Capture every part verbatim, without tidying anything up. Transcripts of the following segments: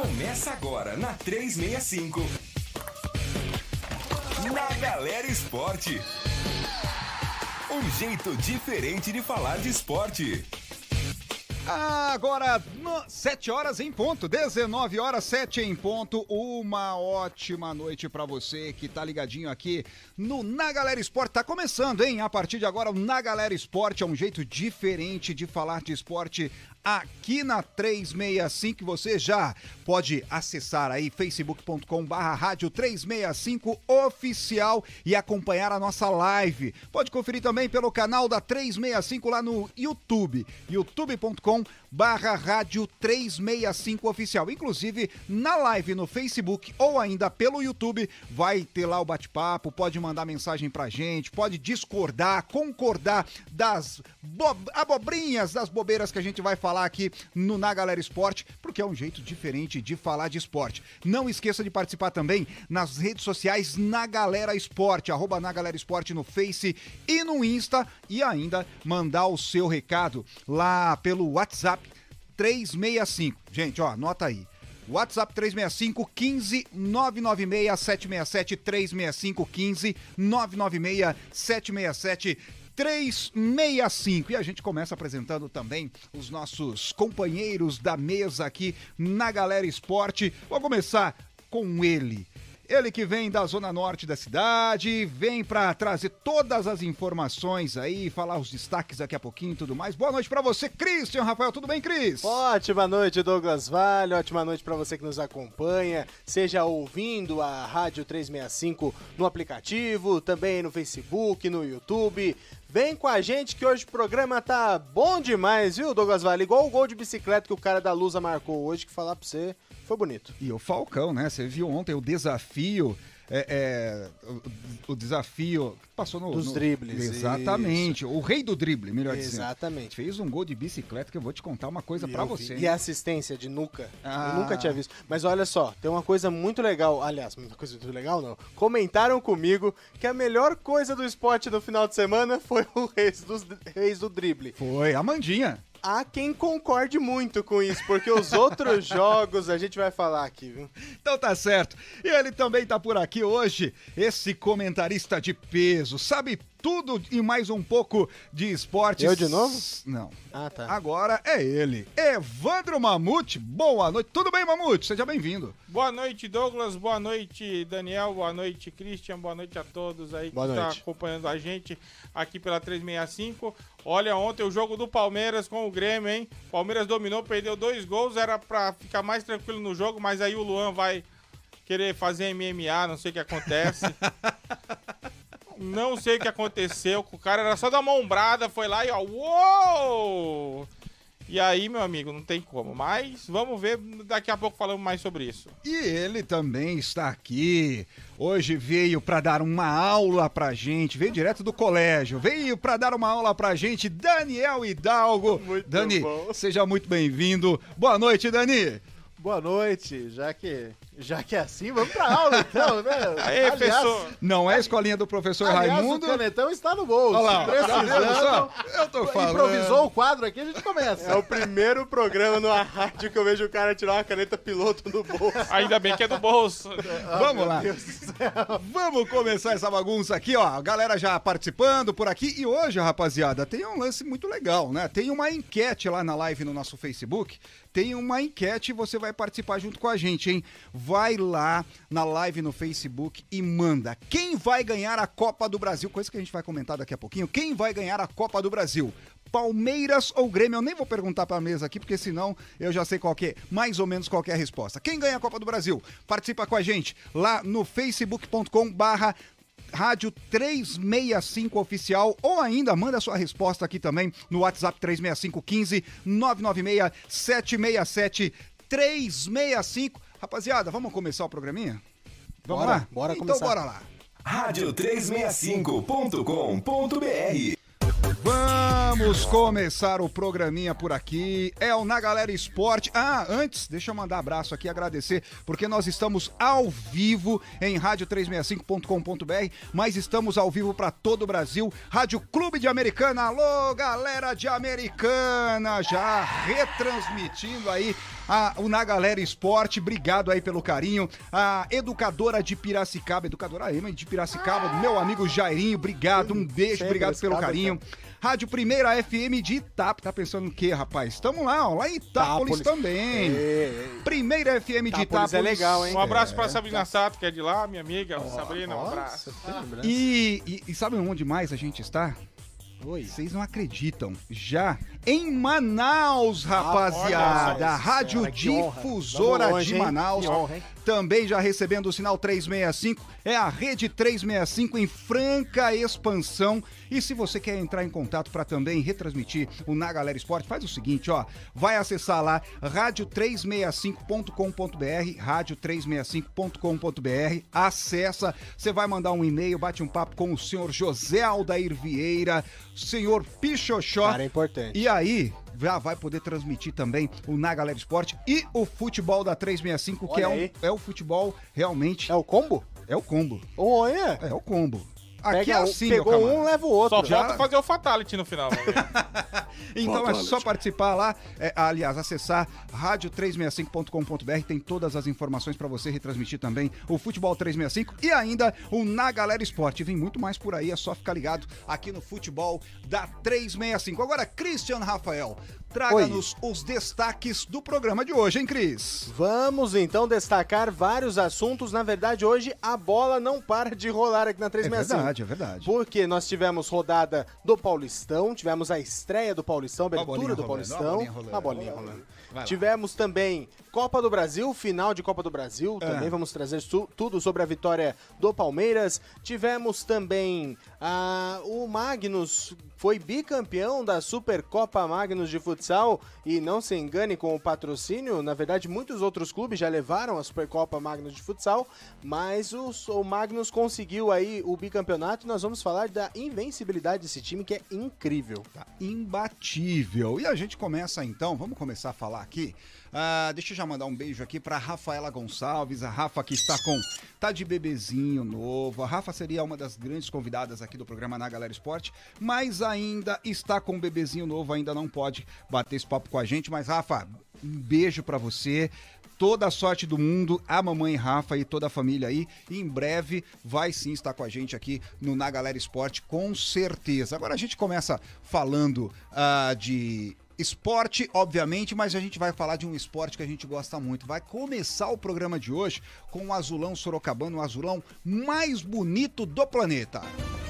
Começa agora na trezentos e sessenta e cinco. Na Galera Esporte. Um jeito diferente de falar de esporte. Agora, no, sete horas em ponto, dezenove horas, sete em ponto. Uma ótima noite pra você que tá ligadinho aqui no Na Galera Esporte. Tá começando, hein? A partir de agora, o Na Galera Esporte é um jeito diferente de falar de esporte aqui na trezentos e sessenta e cinco. Você já pode acessar aí facebook ponto com barra rádio trezentos e sessenta e cinco oficial e acompanhar a nossa live. Pode conferir também pelo canal da trezentos e sessenta e cinco lá no YouTube, youtube ponto com barra rádio trezentos e sessenta e cinco oficial. Inclusive na live no Facebook ou ainda pelo YouTube vai ter lá o bate-papo, pode mandar mensagem pra gente, pode discordar, concordar das bo- abobrinhas, das bobeiras que a gente vai falar aqui no Na Galera Esporte, porque é um jeito diferente de falar de esporte. Não esqueça de participar também nas redes sociais Na Galera Esporte, arroba Na Galera Esporte no Face e no Insta, e ainda mandar o seu recado lá pelo WhatsApp trezentos e sessenta e cinco. Gente, ó, anota aí. WhatsApp trezentos e sessenta e cinco, quinze, nove nove seis, sete seis sete, trezentos e sessenta e cinco, quinze, nove nove seis, sete seis sete, trezentos e sessenta e cinco. E a gente começa apresentando também os nossos companheiros da mesa aqui na Galera Esporte. Vou começar com ele. Ele que vem da zona norte da cidade, vem para trazer todas as informações aí, falar os destaques daqui a pouquinho e tudo mais. Boa noite para você, Christian Rafael. Tudo bem, Cris? Ótima noite, Douglas Vale. Ótima noite para você que nos acompanha, seja ouvindo a Rádio trezentos e sessenta e cinco no aplicativo, também no Facebook, no YouTube. Vem com a gente que hoje o programa tá bom demais, viu, Douglas Vale? Igual o gol de bicicleta que o cara da Lusa marcou hoje, que falar pra você, foi bonito. E o Falcão, né? Você viu ontem o desafio, é, é, o, o desafio que passou no... Dos no, dribles. Exatamente, isso. O rei do drible, melhor dizendo. Exatamente. Fez um gol de bicicleta que eu vou te contar uma coisa E pra eu você. vi. E a assistência de nuca, Ah. eu nunca tinha visto. Mas olha só, tem uma coisa muito legal, aliás, uma coisa muito legal não, comentaram comigo que a melhor coisa do esporte no final de semana foi o Reis, dos, reis do Drible. Foi, a Mandinha. Há quem concorde muito com isso, porque os outros jogos a gente vai falar aqui, viu? Então tá certo. E ele também tá por aqui hoje, esse comentarista de peso, sabe tudo e mais um pouco de esportes. Eu de novo? Não. Ah, tá. Agora é ele, Evandro Mamute. Boa noite. Tudo bem, Mamute? Seja bem-vindo. Boa noite, Douglas. Boa noite, Daniel. Boa noite, Christian. Boa noite a todos aí que estão acompanhando a gente aqui pela trezentos e sessenta e cinco. Olha, ontem o jogo do Palmeiras com o Grêmio, hein? Palmeiras dominou, perdeu dois gols, era pra ficar mais tranquilo no jogo, mas aí o Luan vai querer fazer M M A, não sei o que acontece. Não sei o que aconteceu com o cara, era só dar uma ombrada, foi lá e ó, uou! E aí, meu amigo, não tem como, mas vamos ver, daqui a pouco falamos mais sobre isso. E ele também está aqui, hoje veio para dar uma aula pra gente, veio direto do colégio, veio para dar uma aula pra gente, Daniel Hidalgo. Muito Dani, bom. seja muito bem-vindo. Boa noite, Dani. Boa noite, já que, já que é assim, vamos pra aula então, né? Aí, professor. Não é a escolinha do professor aliás, Raimundo. o canetão está no bolso. Olha lá, precisando, só, eu tô falando. Improvisou o quadro aqui, a gente começa. É o primeiro programa no rádio que eu vejo o cara tirar uma caneta piloto do bolso. Ainda bem que é do bolso. Ah, Vamos meu lá. Deus do céu. Vamos começar essa bagunça aqui, ó. A galera já participando por aqui. E hoje, rapaziada, tem um lance muito legal, né? Tem uma enquete lá na live no nosso Facebook. Tem uma enquete e você vai participar junto com a gente, hein? Vai lá na live no Facebook e manda. Quem vai ganhar a Copa do Brasil? Coisa que a gente vai comentar daqui a pouquinho. Quem vai ganhar a Copa do Brasil? Palmeiras ou Grêmio? Eu nem vou perguntar pra mesa aqui, porque senão eu já sei qual que é, mais ou menos qual que é a resposta. Quem ganha a Copa do Brasil? Participa com a gente lá no facebook ponto com barra Rádio trezentos e sessenta e cinco oficial, ou ainda manda sua resposta aqui também no WhatsApp trezentos e sessenta e cinco, quinze, nove nove seis, sete seis sete, trezentos e sessenta e cinco. Rapaziada, vamos começar o programinha? Vamos Bora, lá? bora então começar. bora lá. rádio trezentos e sessenta e cinco ponto com ponto br. Vamos começar o programinha por aqui, é o Na Galera Esporte. Ah, antes, deixa eu mandar abraço aqui, agradecer, porque nós estamos ao vivo em rádio trezentos e sessenta e cinco ponto com ponto br, mas estamos ao vivo para todo o Brasil, Rádio Clube de Americana. Alô, galera de Americana, já retransmitindo aí a, o Na Galera Esporte, obrigado aí pelo carinho. A educadora de Piracicaba, educadora Ema de Piracicaba, meu amigo Jairinho, obrigado, um beijo, Sempre obrigado pelo carinho. Rádio Primeira F M de Itápolis, tá pensando o quê, rapaz? Estamos lá, ó, lá em Itápolis, Itápolis. também. É. Primeira F M de Itápolis. é legal, hein? Um abraço é. pra Sabrina Sato, que é de lá, minha amiga, oh, Sabrina, um abraço. Ah. E, e, e sabe onde mais a gente está? Oi. Vocês não acreditam, já em Manaus, rapaziada, ah, Rádio honra, Difusora longe, de Manaus, honra, também já recebendo o sinal trezentos e sessenta e cinco, é a Rede trezentos e sessenta e cinco em franca expansão. E se você quer entrar em contato para também retransmitir o Na Galera Esporte, faz o seguinte, ó, vai acessar lá rádio trezentos e sessenta e cinco ponto com ponto b r, rádio trezentos e sessenta e cinco ponto com ponto b r, acessa, você vai mandar um e-mail, bate um papo com o senhor José Aldair Vieira, senhor Pichoxó. Cara, é importante. E aí, já vai poder transmitir também o Na Galera Esporte e o futebol da trezentos e sessenta e cinco, que é, um, é o futebol realmente... É o combo? É o combo. Olha! É o combo. Aqui Pega é assim, pegou um, leva o outro. Só falta fazer o Fatality no final. Então Fatality. É só participar lá, é, aliás, acessar rádio trezentos e sessenta e cinco ponto com ponto b r, tem todas as informações para você retransmitir também o Futebol trezentos e sessenta e cinco e ainda o Na Galera Esporte. Vem muito mais por aí, é só ficar ligado aqui no Futebol da trezentos e sessenta e cinco. Agora, Christian Rafael, traga-nos os destaques do programa de hoje, hein, Cris? Vamos então destacar vários assuntos. Na verdade, hoje a bola não para de rolar aqui na trezentos e sessenta e cinco. É verdade, é verdade. Porque nós tivemos rodada do Paulistão, tivemos a estreia do Paulistão, a abertura do Paulistão. A bolinha rolando. A bolinha rolando. Tivemos também Copa do Brasil, final de Copa do Brasil. É. Também vamos trazer tu, tudo sobre a vitória do Palmeiras. Tivemos também ah, o Magnus, foi bicampeão da Supercopa Magnus de futsal. E não se engane com o patrocínio, na verdade muitos outros clubes já levaram a Supercopa Magnus de futsal, mas o, o Magnus conseguiu aí o bicampeonato e nós vamos falar da invencibilidade desse time, que é incrível. Tá imbatível. E a gente começa então, vamos começar a falar aqui. Uh, deixa eu já mandar um beijo aqui pra Rafaela Gonçalves, a Rafa que está com, tá de bebezinho novo. A Rafa seria uma das grandes convidadas aqui do programa Na Galera Esporte, mas ainda está com um bebezinho novo, ainda não pode bater esse papo com a gente. Mas Rafa, um beijo pra você. Toda a sorte do mundo, a mamãe Rafa e toda a família aí, e em breve vai sim estar com a gente aqui no Na Galera Esporte, com certeza. Agora a gente começa falando uh, de esporte, obviamente, mas a gente vai falar de um esporte que a gente gosta muito. Vai começar o programa de hoje com o azulão sorocabano, o azulão mais bonito do planeta.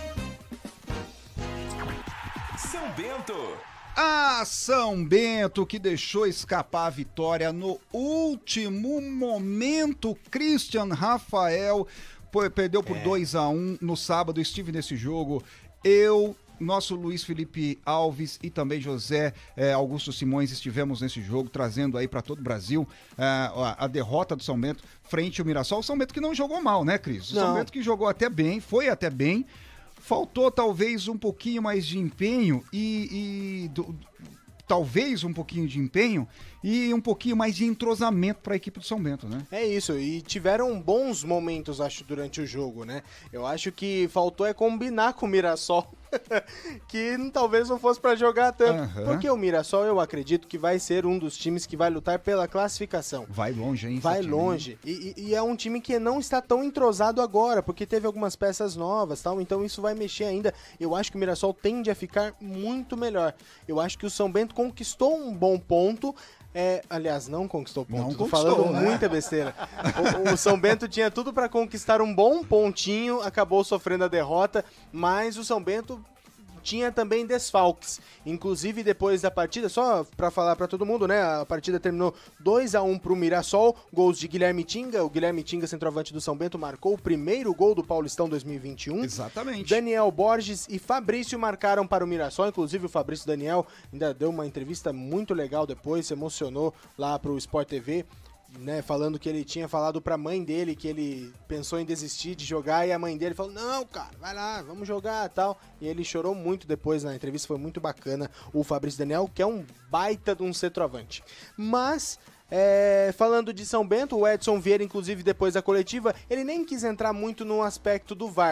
São Bento. Ah, São Bento, que deixou escapar a vitória no último momento. Christian Rafael perdeu por dois a um no sábado. Estive nesse jogo. Eu, nosso Luiz Felipe Alves e também José eh, Augusto Simões estivemos nesse jogo, trazendo aí para todo o Brasil eh, a, a derrota do São Bento frente ao Mirassol. O São Bento que não jogou mal, né, Cris? O não. São Bento que jogou até bem, foi até bem. Faltou talvez um pouquinho mais de empenho e, e do, talvez um pouquinho de empenho e um pouquinho mais de entrosamento para a equipe do São Bento, né? É isso, e tiveram bons momentos, acho, durante o jogo, né? Eu acho que faltou é combinar com o Mirassol, que talvez não fosse para jogar tanto. Uhum. Porque o Mirassol, eu acredito que vai ser um dos times que vai lutar pela classificação. Vai longe, hein? Vai longe. E, e é um time que não está tão entrosado agora, porque teve algumas peças novas, tal, então isso vai mexer ainda. Eu acho que o Mirassol tende a ficar muito melhor. Eu acho que o São Bento conquistou um bom ponto. É, aliás, não conquistou ponto, não tô falando né? muita besteira. O, o São Bento tinha tudo para conquistar um bom pontinho, acabou sofrendo a derrota, mas o São Bento tinha também desfalques, inclusive depois da partida, só para falar para todo mundo, né, a partida terminou dois a um pro Mirassol, gols de Guilherme Tinga, o Guilherme Tinga, centroavante do São Bento, marcou o primeiro gol do Paulistão dois mil e vinte e um. Exatamente. Daniel Borges e Fabrício marcaram para o Mirassol, inclusive o Fabrício Daniel ainda deu uma entrevista muito legal depois, se emocionou lá pro Sport T V, né, falando que ele tinha falado pra mãe dele que ele pensou em desistir de jogar e a mãe dele falou, não, cara, vai lá, vamos jogar e tal, e ele chorou muito depois na entrevista, foi muito bacana o Fabrício Daniel, que é um baita de um centroavante. Mas, é, falando de São Bento, o Edson Vieira, inclusive depois da coletiva, ele nem quis entrar muito no aspecto do V A R.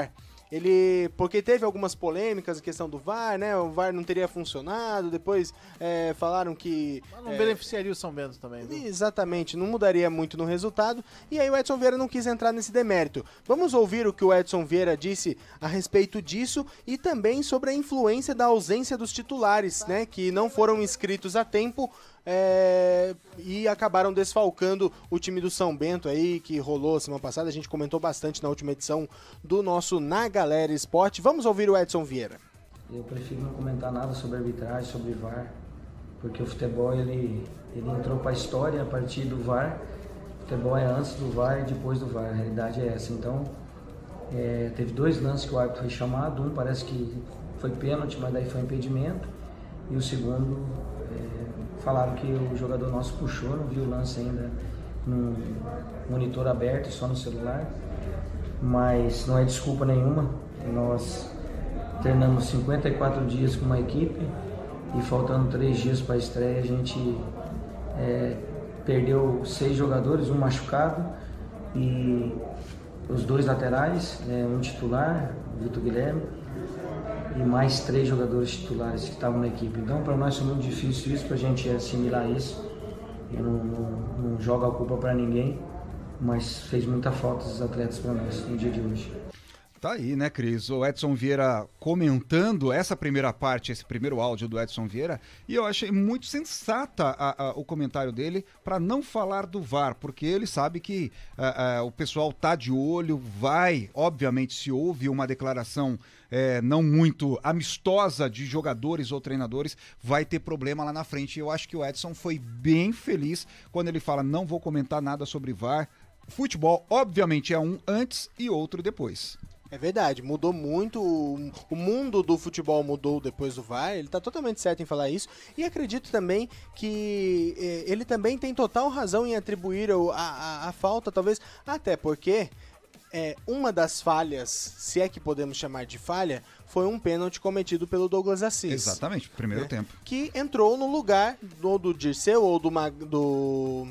ele, porque teve algumas polêmicas em questão do V A R, né, o V A R não teria funcionado, depois é, falaram que... Mas não é, beneficiaria o São Bento também, viu? Exatamente, não mudaria muito no resultado, e aí o Edson Vieira não quis entrar nesse demérito. Vamos ouvir o que o Edson Vieira disse a respeito disso e também sobre a influência da ausência dos titulares, né, que não foram inscritos a tempo, É, e acabaram desfalcando o time do São Bento aí, que rolou semana passada. A gente comentou bastante na última edição do nosso Na Galera Esporte. Vamos ouvir o Edson Vieira. Eu prefiro não comentar nada sobre arbitragem, sobre V A R, porque o futebol ele, ele entrou para a história a partir do V A R. O futebol é antes do V A R e depois do V A R, a realidade é essa. Então, é, teve dois lances que o árbitro foi chamado, um parece que foi pênalti, mas daí foi impedimento, e o segundo... É, falaram que o jogador nosso puxou, não viu o lance ainda no monitor aberto, só no celular, mas não é desculpa nenhuma. Nós treinamos cinquenta e quatro dias com uma equipe e faltando três dias para a estreia a gente é, perdeu seis jogadores, um machucado e os dois laterais, é, um titular, o Vitor Guilherme, e mais três jogadores titulares que estavam na equipe. Então, para nós é muito difícil isso, para a gente assimilar isso. Eu não, não, não jogo a culpa para ninguém, mas fez muita falta esses atletas para nós no dia de hoje. Tá aí, né, Cris? O Edson Vieira comentando essa primeira parte, esse primeiro áudio do Edson Vieira, e eu achei muito sensata a, a, o comentário dele para não falar do V A R, porque ele sabe que a, a, o pessoal tá de olho, vai, obviamente, se houve uma declaração é, não muito amistosa de jogadores ou treinadores, vai ter problema lá na frente. Eu acho que o Edson foi bem feliz quando ele fala, não vou comentar nada sobre V A R. Futebol, obviamente, é um antes e outro depois. É verdade, mudou muito, o mundo do futebol mudou depois do V A R, ele tá totalmente certo em falar isso, e acredito também que eh, ele também tem total razão em atribuir a, a, a falta, talvez, até porque é, uma das falhas, se é que podemos chamar de falha, foi um pênalti cometido pelo Douglas Assis. Exatamente, primeiro né? tempo. Que entrou no lugar do, do Dirceu ou do... do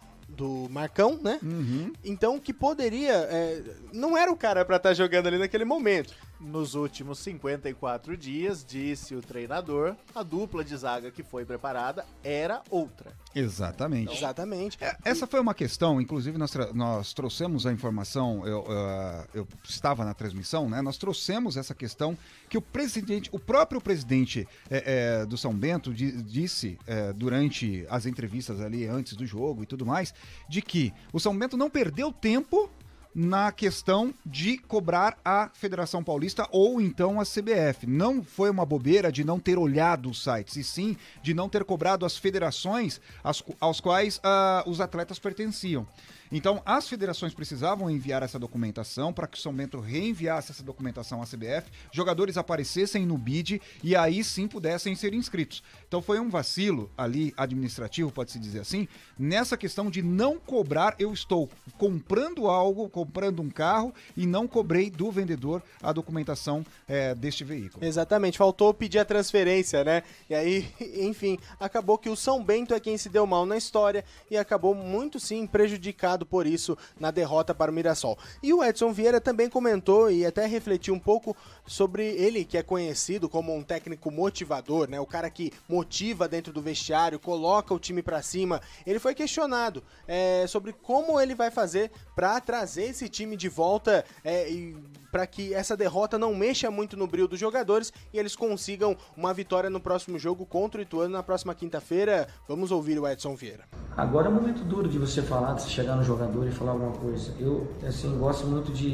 do Marcão, né? Uhum. Então, que poderia... É, não era o cara pra estar jogando ali naquele momento. Nos últimos cinquenta e quatro dias, disse o treinador, a dupla de zaga que foi preparada era outra. Exatamente. Então, exatamente. É, essa foi uma questão, inclusive nós, nós trouxemos a informação, eu, uh, eu estava na transmissão, né? Nós trouxemos essa questão que o presidente, o próprio presidente é, é, do São Bento di, disse é, durante as entrevistas ali antes do jogo e tudo mais, de que o São Bento não perdeu tempo na questão de cobrar a Federação Paulista ou então a C B F. Não foi uma bobeira de não ter olhado os sites, e sim de não ter cobrado as federações as, aos quais uh, os atletas pertenciam. Então, as federações precisavam enviar essa documentação para que o São Bento reenviasse essa documentação à C B F, jogadores aparecessem no B I D e aí sim pudessem ser inscritos. Então, foi um vacilo ali administrativo, pode-se dizer assim, nessa questão de não cobrar. Eu estou comprando algo, comprando um carro e não cobrei do vendedor a documentação é, deste veículo. Exatamente, faltou pedir a transferência, né? E aí, enfim, acabou que o São Bento é quem se deu mal na história e acabou muito sim prejudicado por isso na derrota para o Mirassol. E o Edson Vieira também comentou e até refletiu um pouco sobre ele, que é conhecido como um técnico motivador, né? O cara que motiva dentro do vestiário, coloca o time para cima. Ele foi questionado é, sobre como ele vai fazer para trazer esse time de volta é, e para que essa derrota não mexa muito no brilho dos jogadores e eles consigam uma vitória no próximo jogo contra o Ituano na próxima quinta-feira. Vamos ouvir o Edson Vieira. Agora é um momento duro de você falar, de você chegar no jogador e falar alguma coisa. Eu, assim, gosto muito de...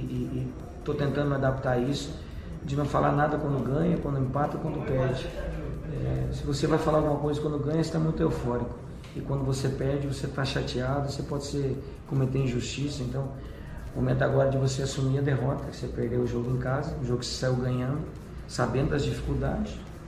e estou tentando me adaptar a isso, de não falar nada quando ganha, quando empata, quando perde. É, se você vai falar alguma coisa quando ganha, você está muito eufórico. E quando você perde, você está chateado, você pode ser, cometer injustiça. Então, o momento agora é de você assumir a derrota, que você perdeu o jogo em casa, o jogo que você saiu ganhando, sabendo das dificuldades,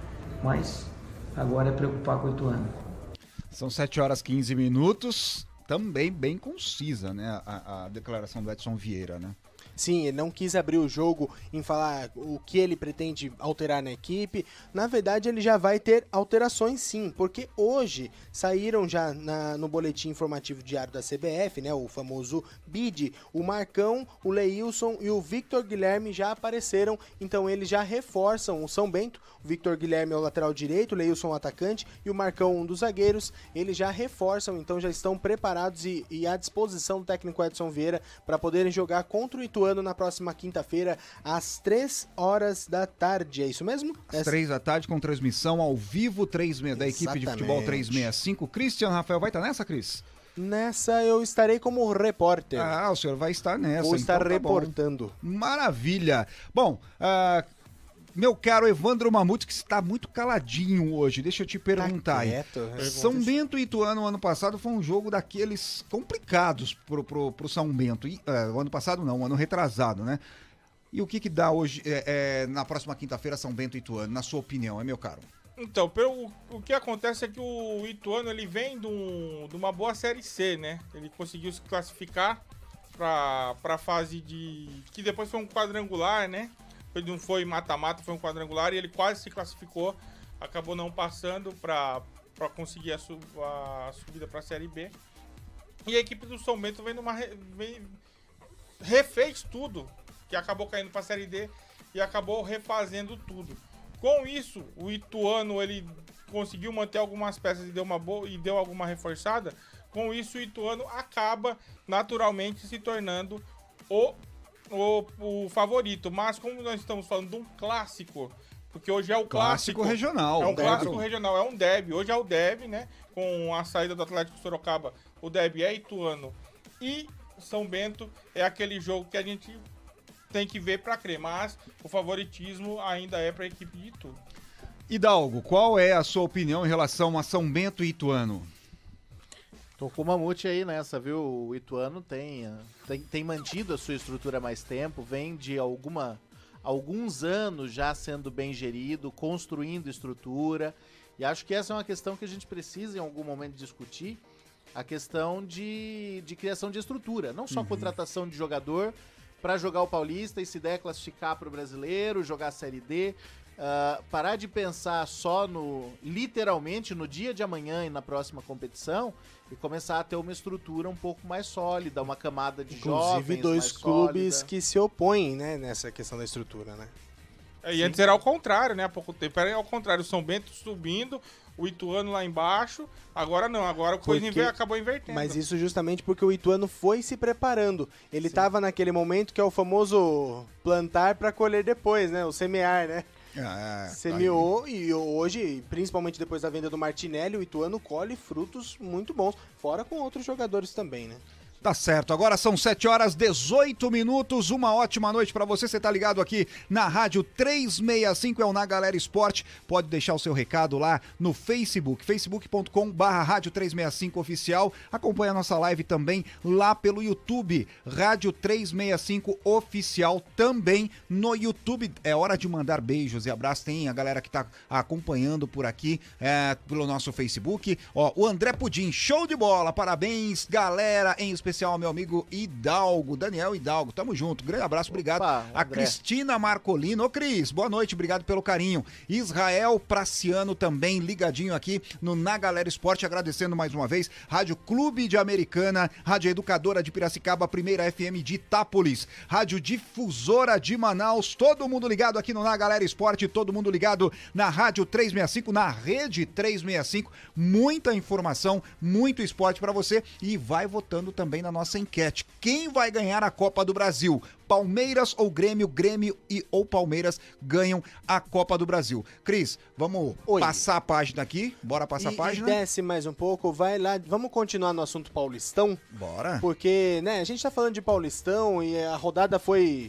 mas agora é preocupar com o Ituano. São sete horas e quinze minutos, também bem concisa, né, a, a declaração do Edson Vieira, né? Sim, ele não quis abrir o jogo em falar o que ele pretende alterar na equipe. Na verdade, ele já vai ter alterações sim, porque hoje saíram já na, no boletim informativo diário da C B F, né, o famoso B I D, o Marcão, o Leilson e o Victor Guilherme já apareceram, então eles já reforçam o São Bento. O Victor Guilherme é o lateral direito, o Leilson o atacante e o Marcão um dos zagueiros. Eles já reforçam, então já estão preparados e, e à disposição do técnico Edson Vieira para poderem jogar contra o Ituano na próxima quinta-feira, às três horas da tarde. É isso mesmo? Às três da tarde, com transmissão ao vivo três, da equipe de futebol trezentos e sessenta e cinco. Christian Rafael, vai estar nessa, Cris? Nessa eu estarei como repórter. Ah, o senhor vai estar nessa. Vou estar então tá reportando. Bom. Maravilha. Bom, uh, meu caro Evandro Mamute, que está muito caladinho hoje, deixa eu te perguntar. Tá quieto, aí. São Bento e Ituano, ano passado, foi um jogo daqueles complicados pro, pro, pro São Bento. E, uh, o ano passado não, o ano retrasado, né? E o que que dá hoje, é, é, na próxima quinta-feira, São Bento e Ituano, na sua opinião, é meu caro? Então, pelo, o que acontece é que o Ituano ele vem de, um, de uma boa Série C, né? Ele conseguiu se classificar para a fase de... que depois foi um quadrangular, né? Ele não foi mata-mata, foi um quadrangular e ele quase se classificou, acabou não passando para conseguir a, sub, a subida para a Série B. E a equipe do São Bento vem numa... Vem, refez tudo, que acabou caindo para a Série D e acabou refazendo tudo. Com isso, o Ituano ele conseguiu manter algumas peças e deu, uma boa, e deu alguma reforçada. Com isso, o Ituano acaba naturalmente se tornando o, o, o favorito. Mas como nós estamos falando de um clássico, porque hoje é o clássico, clássico regional. É um claro. clássico regional, é um derby. Hoje é o derby, né? Com a saída do Atlético Sorocaba, o derby é Ituano e São Bento. É aquele jogo que a gente tem que ver para crer, mas o favoritismo ainda é para a equipe de Itu. Hidalgo, qual é a sua opinião em relação a São Bento e Ituano? Tô com o Mamute aí nessa, viu? O Ituano tem, tem, tem mantido a sua estrutura há mais tempo, vem de alguma, alguns anos já sendo bem gerido, construindo estrutura, e acho que essa é uma questão que a gente precisa em algum momento discutir, a questão de, de criação de estrutura, não só uhum. contratação de jogador para jogar o Paulista e se der classificar para o Brasileiro, jogar a Série D, uh, parar de pensar só no, literalmente, no dia de amanhã e na próxima competição e começar a ter uma estrutura um pouco mais sólida, uma camada de Inclusive, jovens Inclusive dois mais clubes sólida. que se opõem, né, nessa questão da estrutura, né? É, e antes era ao contrário, né? Há pouco tempo era ao contrário, o São Bento subindo, o Ituano lá embaixo, agora não, agora a coisa porque, acabou invertendo. Mas isso justamente porque o Ituano foi se preparando. Ele estava naquele momento que é o famoso plantar para colher depois, né? O semear, né? Ah, Semeou tá e hoje, principalmente depois da venda do Martinelli, o Ituano colhe frutos muito bons, fora com outros jogadores também, né? Tá certo, agora são sete horas e dezoito minutos, uma ótima noite pra você, você tá ligado aqui na Rádio trezentos e sessenta e cinco, é o Na Galera Esporte, pode deixar o seu recado lá no Facebook, facebook ponto com barra rádio trezentos e sessenta e cinco oficial, acompanha a nossa live também lá pelo YouTube, Rádio trezentos e sessenta e cinco oficial também no YouTube. É hora de mandar beijos e abraços, tem a galera que tá acompanhando por aqui, é, pelo nosso Facebook, ó, o André Pudim, show de bola, parabéns galera, em especial ao meu amigo Hidalgo, Daniel Hidalgo, tamo junto, grande abraço, obrigado. Opa, a Cristina Marcolino, ô Cris, boa noite, obrigado pelo carinho. Israel Praciano também ligadinho aqui no Na Galera Esporte, agradecendo mais uma vez, Rádio Clube de Americana, Rádio Educadora de Piracicaba, Primeira F M de Itápolis, Rádio Difusora de Manaus, todo mundo ligado aqui no Na Galera Esporte, todo mundo ligado na Rádio trezentos e sessenta e cinco, na Rede trezentos e sessenta e cinco, muita informação, muito esporte pra você e vai votando também na nossa enquete. Quem vai ganhar a Copa do Brasil? Palmeiras ou Grêmio? Grêmio e ou Palmeiras ganham a Copa do Brasil. Cris, vamos Oi. passar a página aqui? Bora passar e, a página? E desce mais um pouco, vai lá, vamos continuar no assunto Paulistão? Bora. Porque, né, a gente tá falando de Paulistão e a rodada foi...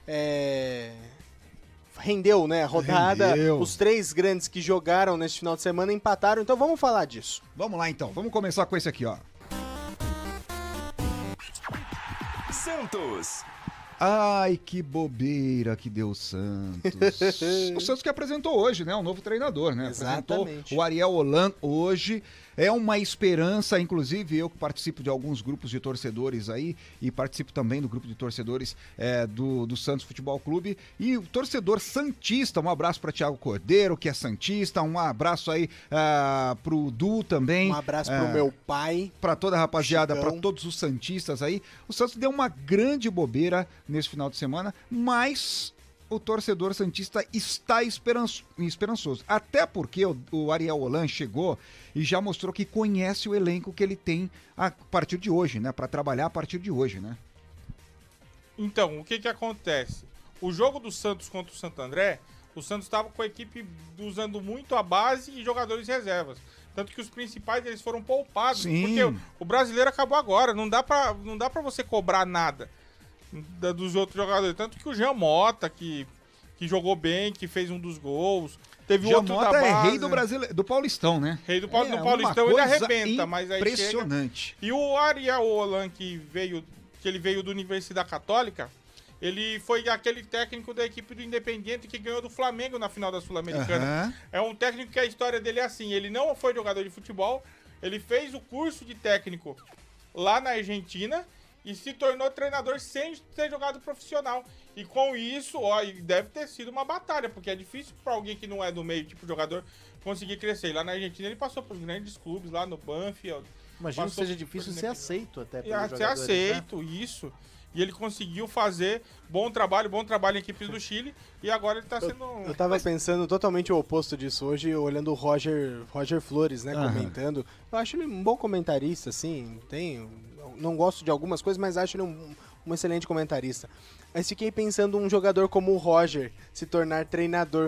É... Rendeu, né? A rodada, Rendeu. Os três grandes que jogaram neste final de semana empataram, então vamos falar disso. Vamos lá então, vamos começar com esse aqui, ó. Santos. Ai, que bobeira que deu o Santos. O Santos que apresentou hoje, né? Um novo treinador, né? Exatamente. Apresentou o Ariel Holan hoje. É uma esperança, inclusive eu que participo de alguns grupos de torcedores aí e participo também do grupo de torcedores é, do, do Santos Futebol Clube. E o torcedor santista, um abraço para Thiago Cordeiro, que é santista, um abraço aí uh, pro Du também. Um abraço uh, pro meu pai. Para toda a rapaziada, para todos os santistas aí. O Santos deu uma grande bobeira nesse final de semana, mas o torcedor santista está esperanço, esperançoso. Até porque o, o Ariel Holan chegou e já mostrou que conhece o elenco que ele tem a partir de hoje, né? Para trabalhar a partir de hoje, né? Então, o que que acontece? O jogo do Santos contra o Santo André, o Santos estava com a equipe usando muito a base e jogadores reservas. Tanto que os principais eles foram poupados. Sim. Porque o, o brasileiro acabou agora. Não dá pra, não dá pra você cobrar nada da, dos outros jogadores. Tanto que o Jean Mota, que, que jogou bem, que fez um dos gols. Teve Jean outro Mota da base. é rei do, Brasile... do Paulistão, né? Rei do, Paul... é, do Paulistão, ele arrebenta. Mas aí impressionante. Chega... E o Ariel Holan, que veio, que ele veio da Universidade Católica, ele foi aquele técnico da equipe do Independiente que ganhou do Flamengo na final da Sul-Americana. Uhum. É um técnico que a história dele é assim, ele não foi jogador de futebol, ele fez o curso de técnico lá na Argentina e se tornou treinador sem ter jogado profissional. E com isso, ó, deve ter sido uma batalha, porque é difícil para alguém que não é do meio, tipo jogador, conseguir crescer. E lá na Argentina ele passou por grandes clubes, lá no Banfield. Imagino que seja difícil ser aceito até pelos jogadores, ser aceito, né? Isso. E ele conseguiu fazer bom trabalho, bom trabalho em equipes do Chile, e agora ele tá sendo... Eu, eu tava pensando totalmente o oposto disso hoje, olhando o Roger, Roger Flores, né, uhum. comentando. Eu acho ele um bom comentarista, assim, tem... Não gosto de algumas coisas, mas acho ele um, um excelente comentarista. Mas fiquei pensando um jogador como o Roger se tornar treinador...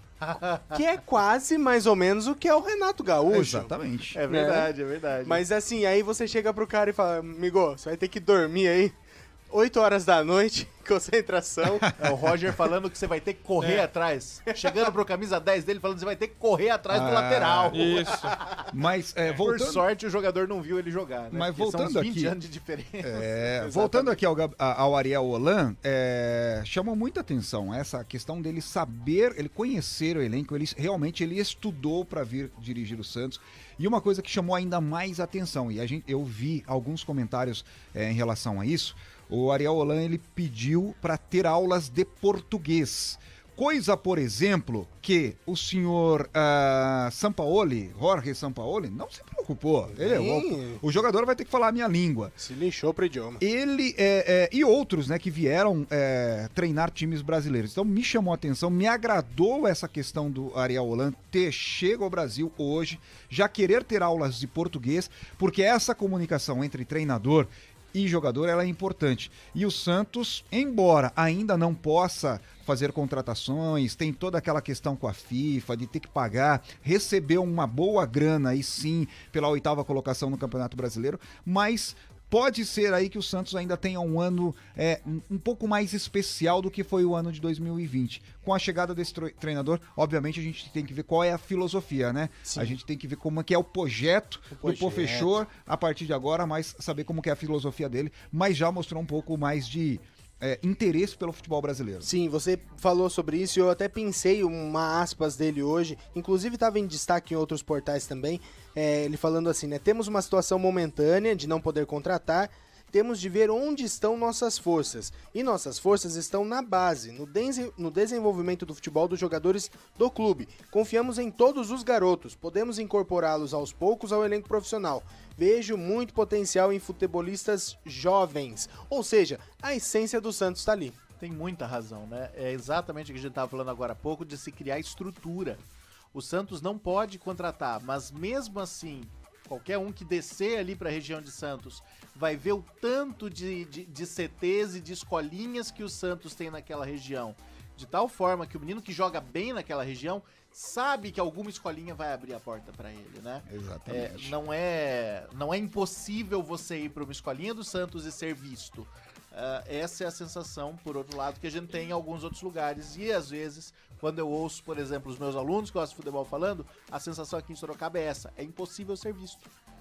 que é quase mais ou menos o que é o Renato Gaúcho. Exatamente. É verdade, é, é verdade. Mas assim, aí você chega pro cara e fala, amigo, você vai ter que dormir aí oito horas da noite, concentração. É o Roger falando que você vai ter que correr é. atrás. Chegando pro camisa dez dele, falando que você vai ter que correr atrás ah, do lateral. Isso. Mas, é, voltando... Por sorte, o jogador não viu ele jogar, né? Mas Porque voltando são uns vinte aqui... anos de diferença. É, voltando aqui ao, ao Ariel Holan, é, chamou muita atenção essa questão dele saber, ele conhecer o elenco, ele realmente ele estudou para vir dirigir o Santos. E uma coisa que chamou ainda mais atenção, e a gente, eu vi alguns comentários é, em relação a isso, o Ariel Holan ele pediu para ter aulas de português. Coisa, por exemplo, que o senhor uh, Sampaoli, Jorge Sampaoli, não se preocupou. Ele, o, o jogador vai ter que falar a minha língua. Se lixou pro idioma. Ele é, é, e outros, né, que vieram é, treinar times brasileiros. Então me chamou a atenção, me agradou essa questão do Ariel Holan ter chego ao Brasil hoje, já querer ter aulas de português, porque essa comunicação entre treinador e jogador ela é importante. E o Santos, embora ainda não possa fazer contratações, tem toda aquela questão com a FIFA de ter que pagar, recebeu uma boa grana aí sim pela oitava colocação no Campeonato Brasileiro, mas pode ser aí que o Santos ainda tenha um ano é, um pouco mais especial do que foi o ano de dois mil e vinte. Com a chegada desse treinador, obviamente a gente tem que ver qual é a filosofia, né? Sim. A gente tem que ver como é que é o projeto, o projeto. do Pofechor a partir de agora, mas saber como que é a filosofia dele, mas já mostrou um pouco mais de É, interesse pelo futebol brasileiro. Sim, você falou sobre isso e eu até pensei uma aspas dele hoje, inclusive estava em destaque em outros portais também, é, ele falando assim, né, temos uma situação momentânea de não poder contratar, temos de ver onde estão nossas forças, e nossas forças estão na base, no, de- no desenvolvimento do futebol dos jogadores do clube. Confiamos em todos os garotos, podemos incorporá-los aos poucos ao elenco profissional. Vejo muito potencial em futebolistas jovens, ou seja, a essência do Santos está ali. Tem muita razão, né? É exatamente o que a gente estava falando agora há pouco, de se criar estrutura. O Santos não pode contratar, mas mesmo assim, qualquer um que descer ali para a região de Santos vai ver o tanto de, de, de C Tês e de escolinhas que o Santos tem naquela região. De tal forma que o menino que joga bem naquela região sabe que alguma escolinha vai abrir a porta para ele, né? Exatamente. É, não, é, não é impossível você ir para uma escolinha do Santos e ser visto. Uh, essa é a sensação, por outro lado, que a gente tem em alguns outros lugares. E às vezes, quando eu ouço, por exemplo, os meus alunos que gostam de futebol falando, a sensação aqui em Sorocaba é essa: é impossível ser visto.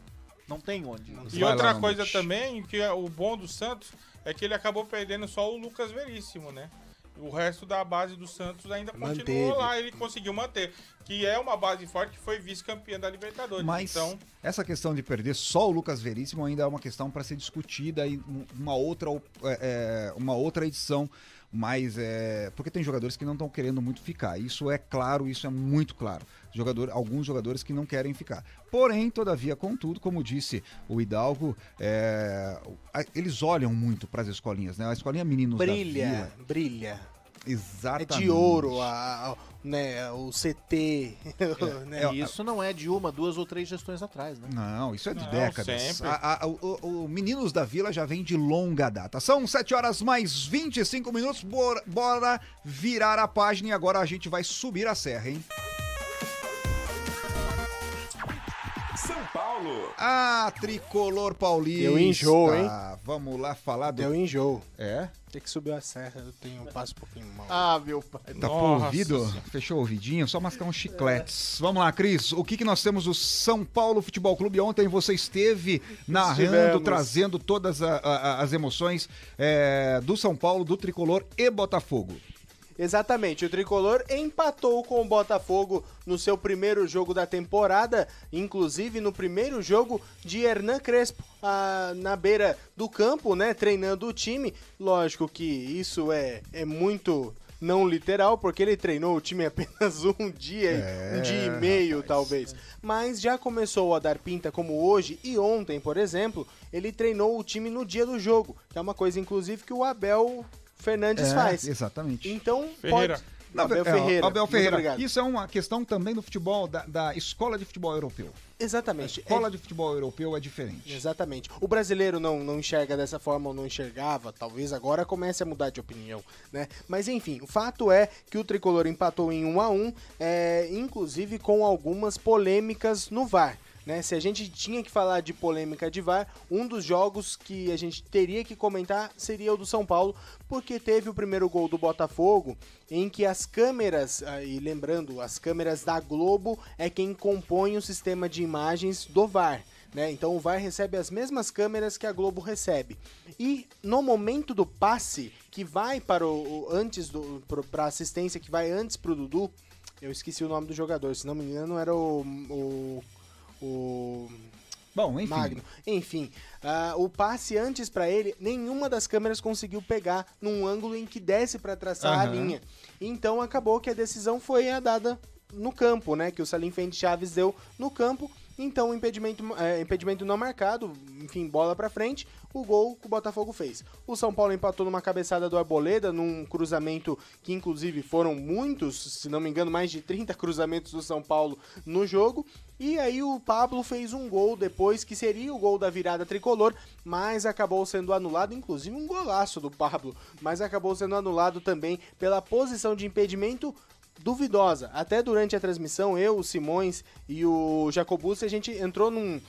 Não tem onde. E Vai outra lá, coisa Mamute. também, que é o bom do Santos, é que ele acabou perdendo só o Lucas Veríssimo, né? O resto da base do Santos ainda continuou Manteve. lá, ele conseguiu manter. Que é uma base forte, que foi vice-campeã da Libertadores. Mas Então, essa questão de perder só o Lucas Veríssimo ainda é uma questão para ser discutida em uma outra, é, é, uma outra edição. Mas é. Porque tem jogadores que não estão querendo muito ficar. Isso é claro, isso é muito claro. Jogador, alguns jogadores que não querem ficar. Porém, todavia, contudo, como disse o Hidalgo, é, eles olham muito para as escolinhas, né? A escolinha Meninos Brilha, da Vila. brilha. Exatamente. É de ouro, a, a- né, o C T. né? É, E isso não é de uma, duas ou três gestões atrás, né? Não, isso é de Não, décadas. sempre. A- a- o, o Meninos da Vila já vem de longa data. São sete horas mais vinte e cinco minutos. Bora, bora virar a página e agora a gente vai subir a serra, hein? São Paulo. Ah, tricolor paulista. Deu enjoo, hein? Vamos lá falar do. Deu enjoo. É? Tem que subir a serra, eu tenho um passo um pouquinho mal. Ah, meu pai. Tá Nossa pro ouvido? Senhora. Fechou o ouvidinho? Só mascar uns chicletes. Vamos lá, Cris. O que, que nós temos? O São Paulo Futebol Clube. Ontem você esteve narrando, Estivemos. trazendo todas a- a- as emoções é, do São Paulo, do Tricolor e Botafogo. Exatamente, o Tricolor empatou com o Botafogo no seu primeiro jogo da temporada, inclusive no primeiro jogo de Hernan Crespo, ah, na beira do campo, né, treinando o time. Lógico que isso é, é muito não literal, porque ele treinou o time apenas um dia, É, um dia e meio, rapaz. talvez. Mas já começou a dar pinta como hoje e ontem, por exemplo, ele treinou o time no dia do jogo, que é uma coisa, inclusive, que o Abel Fernandes É, faz. Exatamente. Então, Ferreira. pode... Não, Abel é, Ferreira. Abel Muito Ferreira. obrigado. Isso é uma questão também do futebol, da, da escola de futebol europeu. A Exatamente. escola É- de futebol europeu é diferente. Exatamente. O brasileiro não, não enxerga dessa forma ou não enxergava, talvez agora comece a mudar de opinião, né? Mas enfim, o fato é que o Tricolor empatou em um a um, é, inclusive com algumas polêmicas no V A R. Né? Se a gente tinha que falar de polêmica de V A R, um dos jogos que a gente teria que comentar seria o do São Paulo, porque teve o primeiro gol do Botafogo, em que as câmeras, ah, e lembrando, as câmeras da Globo é quem compõe o sistema de imagens do V A R. Né? Então o V A R recebe as mesmas câmeras que a Globo recebe. E no momento do passe, que vai para o, o antes do para a assistência, que vai antes para o Dudu, eu esqueci o nome do jogador, se não me engano era o, o o Bom, enfim. Magno. Enfim, ah, o passe antes pra ele, nenhuma das câmeras conseguiu pegar num ângulo em que desse pra traçar a Aham. linha. Então acabou que a decisão foi a dada no campo, né? Que o Salim Fendi Chaves deu no campo. Então, impedimento, é, impedimento não marcado, enfim, bola pra frente, o gol que o Botafogo fez. O São Paulo empatou numa cabeçada do Arboleda, num cruzamento que, inclusive, foram muitos, se não me engano, mais de trinta cruzamentos do São Paulo no jogo. E aí o Pablo fez um gol depois, que seria o gol da virada tricolor, mas acabou sendo anulado, inclusive um golaço do Pablo, mas acabou sendo anulado também pela posição de impedimento duvidosa. Até durante a transmissão, eu, o Simões e o Jacobus, a gente entrou num,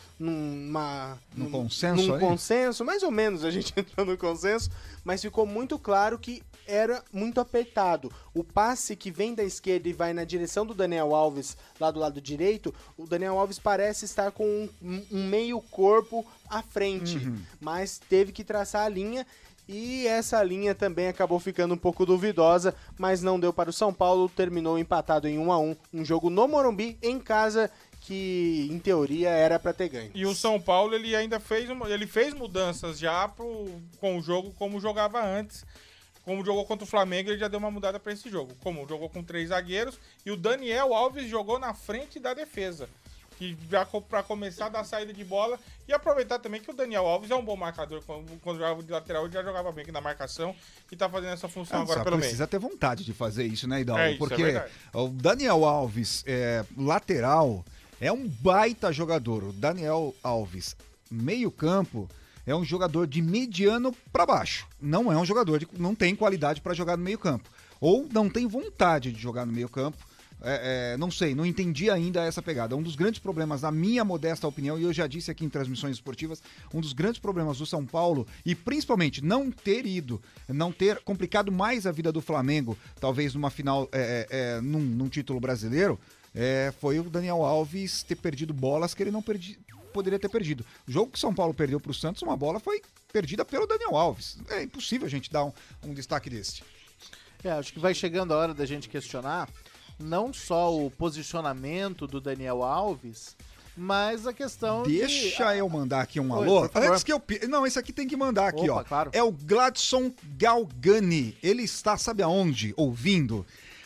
numa, Num consenso num aí? consenso, mais ou menos a gente entrou no consenso, mas ficou muito claro que era muito apertado. O passe que vem da esquerda e vai na direção do Daniel Alves, lá do lado direito, o Daniel Alves parece estar com um, um meio corpo à frente, Uhum. mas teve que traçar a linha. E essa linha também acabou ficando um pouco duvidosa, mas não deu para o São Paulo, terminou empatado em um a um, um jogo no Morumbi, em casa, que em teoria era para ter ganho. E o São Paulo, ele ainda fez, uma- ele fez mudanças já pro, com o jogo como jogava antes. Como jogou contra o Flamengo, ele já deu uma mudada para esse jogo. Como jogou com três zagueiros e o Daniel Alves jogou na frente da defesa. Que já para começar a dar saída de bola e aproveitar também que o Daniel Alves é um bom marcador. Quando, quando jogava de lateral, ele já jogava bem aqui na marcação e tá fazendo essa função Ah, agora só pelo meio. precisa ter vontade de fazer isso, né, Hidalgo? É, isso é Porque verdade. o Daniel Alves, é, lateral, é um baita jogador. O Daniel Alves, meio campo, é um jogador de mediano para baixo. Não é um jogador de, não tem qualidade para jogar no meio campo. Ou não tem vontade de jogar no meio campo. É, é, não sei, não entendi ainda essa pegada. Um dos grandes problemas, na minha modesta opinião, e eu já disse aqui em transmissões esportivas, um dos grandes problemas do São Paulo, e principalmente não ter ido, não ter complicado mais a vida do Flamengo, talvez numa final, é, é, num, num título brasileiro, é, foi o Daniel Alves ter perdido bolas que ele não perdi, poderia ter perdido. O jogo que São Paulo perdeu pro Santos, uma bola foi perdida pelo Daniel Alves. É impossível a gente dar um, um destaque desse. É, acho que vai chegando a hora da gente questionar não só o posicionamento do Daniel Alves, mas a questão Deixa de... eu mandar aqui um Oi, alô. por favor. Antes que eu... Não, esse aqui tem que mandar aqui, Opa, ó. claro. É o Gladson Galgani. Ele está, sabe aonde? Ouvindo?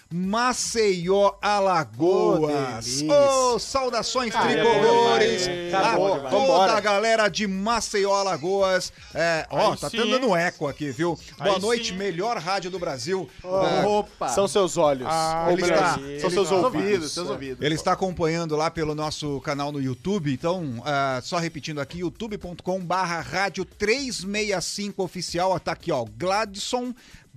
Maceió, Alagoas. Oh, Ô, oh, saudações Ah, tricolores é a bom, toda vambora. a galera de Maceió, Alagoas. É, ó, Aí tá sim, tendo dando hein? um eco aqui, viu? Boa Aí noite, sim. melhor rádio do Brasil. É, Opa! São seus olhos. Ah, Ou ele melhor, está- são ele seus está- ouvidos. seus ouvidos. Ele está acompanhando lá pelo nosso canal no YouTube, então, ah, só repetindo aqui, youtube ponto com barra rádio trezentos e sessenta e cinco oficial, tá aqui, ó, Gladson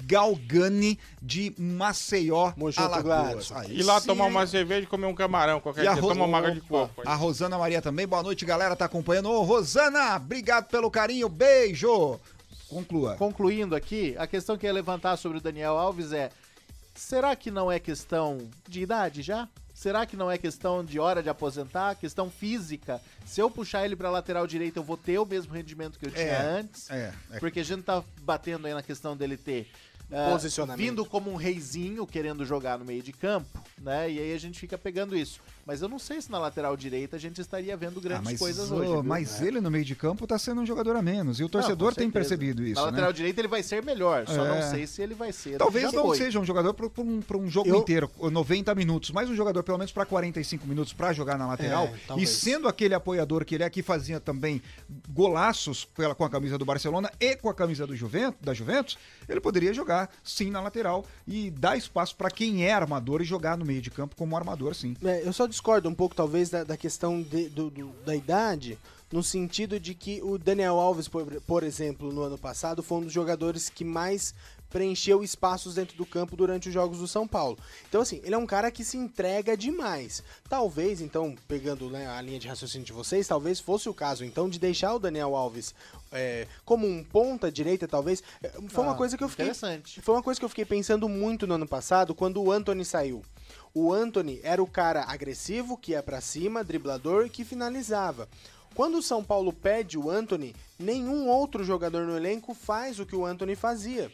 Galgani de Maceió, Mojo do Alagoas. Gladson. Aí Ir lá sim, tomar hein? uma cerveja e comer um camarão qualquer E a dia. Ro- Toma uma água de Opa. coco. aí. A Rosana Maria também, boa noite, galera, tá acompanhando. Ô, Rosana, obrigado pelo carinho, beijo. Conclua. Concluindo aqui, a questão que eu ia levantar sobre o Daniel Alves é: será que não é questão de idade já? Será que não é questão de hora de aposentar? Questão física? Se eu puxar ele pra lateral direita, eu vou ter o mesmo rendimento que eu tinha É, antes? É, é. Porque a gente tá batendo aí na questão dele ter ah, Posicionamento. vindo como um reizinho querendo jogar no meio de campo, né? E aí a gente fica pegando isso. Mas eu não sei se na lateral direita a gente estaria vendo Ah, grandes mas coisas ô, hoje. viu? mas ele no meio de campo tá sendo um jogador a menos. E o torcedor Não, com tem certeza. percebido isso, Na né? lateral direita ele vai ser melhor, só É. não sei se ele vai ser. Talvez Já não foi. seja um jogador para um, pra um jogo Eu- inteiro, noventa minutos, mas um jogador pelo menos para quarenta e cinco minutos para jogar na lateral. É, E talvez. sendo aquele apoiador que ele é, que fazia também golaços pela- com a camisa do Barcelona e com a camisa do Juventus, da Juventus, ele poderia jogar sim na lateral e dar espaço para quem é armador e jogar no meio de campo como armador, sim. É, eu só discordo um pouco, talvez, da, da questão de- do- do- da idade, no sentido de que o Daniel Alves, por, por exemplo, no ano passado, foi um dos jogadores que mais preencheu espaços dentro do campo durante os jogos do São Paulo. Então, assim, ele é um cara que se entrega demais. Talvez, então, pegando, né, a linha de raciocínio de vocês, talvez fosse o caso, então, de deixar o Daniel Alves é, como um ponta direita, talvez. É, Foi uma Ah, coisa que eu fiquei... Interessante. Foi uma coisa que eu fiquei pensando muito no ano passado, quando o Antony saiu. O Antony era o cara agressivo, que ia pra cima, driblador e que finalizava. Quando o São Paulo perde o Antony, nenhum outro jogador no elenco faz o que o Antony fazia.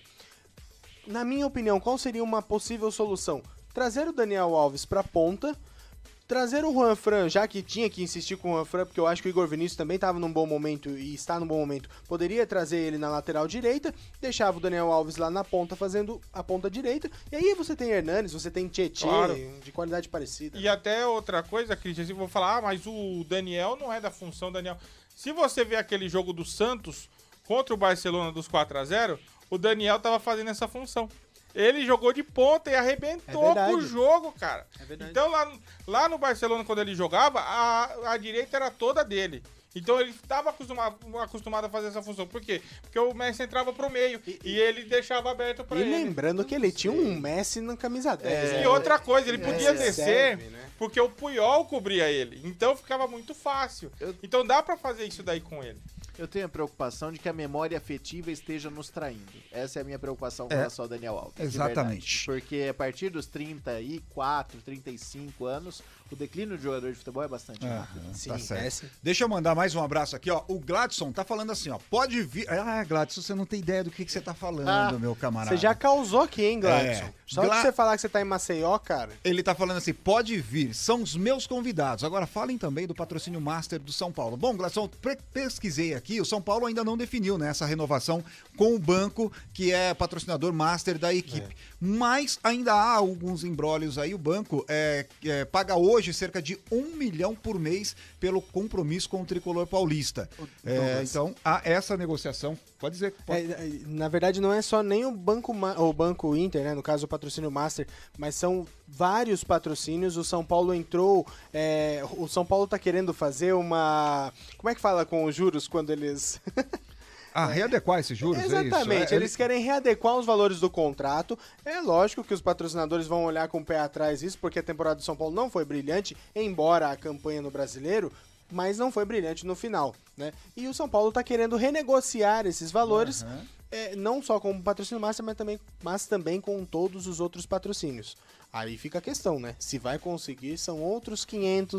Na minha opinião, qual seria uma possível solução? Trazer o Daniel Alves pra ponta, trazer o Juan Fran, já que tinha que insistir com o Juan Fran, porque eu acho que o Igor Vinícius também estava num bom momento e está num bom momento, poderia trazer ele na lateral direita, deixava o Daniel Alves lá na ponta fazendo a ponta direita, e aí você tem Hernanes, você tem Tietê, Claro. de qualidade parecida. E até outra coisa, Cristian, se eu vou falar, ah, mas o Daniel não é da função Daniel. Se você vê aquele jogo do Santos contra o Barcelona dos quatro a zero, o Daniel tava fazendo essa função. Ele jogou de ponta e arrebentou É verdade. com o jogo, cara. É verdade. Então lá, lá no Barcelona, quando ele jogava, a, a direita era toda dele. Então ele estava acostumado, acostumado a fazer essa função. Por quê? Porque o Messi entrava pro meio e, e ele deixava aberto pra E ele. lembrando que ele tinha um Messi na camisa dez. né? E outra coisa, ele podia É, descer serve, né? porque o Puyol cobria ele. Então ficava muito fácil. Então dá pra fazer isso daí com ele. Eu tenho a preocupação de que a memória afetiva esteja nos traindo. Essa é a minha preocupação com É, relação ao Daniel Alves. de exatamente. verdade. Porque a partir dos trinta e quatro, trinta e cinco anos, o declínio de jogador de futebol é bastante Ah, rápido. Sim, tá certo. Messi. Deixa eu mandar mais um abraço aqui, ó. O Gladson tá falando assim, ó. Pode vir. Ah, Gladson, você não tem ideia do que, que você tá falando, Ah, meu camarada. Você já causou aqui, hein, Gladson? É. Só Gla- de você falar que você tá em Maceió, cara. Ele tá falando assim, pode vir, são os meus convidados. Agora falem também do patrocínio Master do São Paulo. Bom, Gladson, pre- pesquisei aqui, o São Paulo ainda não definiu, né, essa renovação com o banco que é patrocinador Master da equipe. Mas ainda há alguns embrólios aí. O banco é, é, paga hoje cerca de um milhão por mês pelo compromisso com o tricolor paulista. É, então, há essa negociação. Pode dizer. Pode... É, é, na verdade, não é só nem o Banco, Ma- o Banco Inter, né? No caso, o patrocínio Master, mas são vários patrocínios. O São Paulo entrou. é, o São Paulo tá querendo fazer uma. Como é que fala com os juros quando eles. Ah, readequar esses juros, é isso? Exatamente, É, eles querem readequar os valores do contrato. É lógico que os patrocinadores vão olhar com o pé atrás isso, porque a temporada do São Paulo não foi brilhante, embora a campanha no Brasileiro, mas não foi brilhante no final, né? E o São Paulo está querendo renegociar esses valores, Uhum. é, não só com o patrocínio Master, mas também, mas também com todos os outros patrocínios. Aí fica a questão, né? Se vai conseguir, são outros quinhentos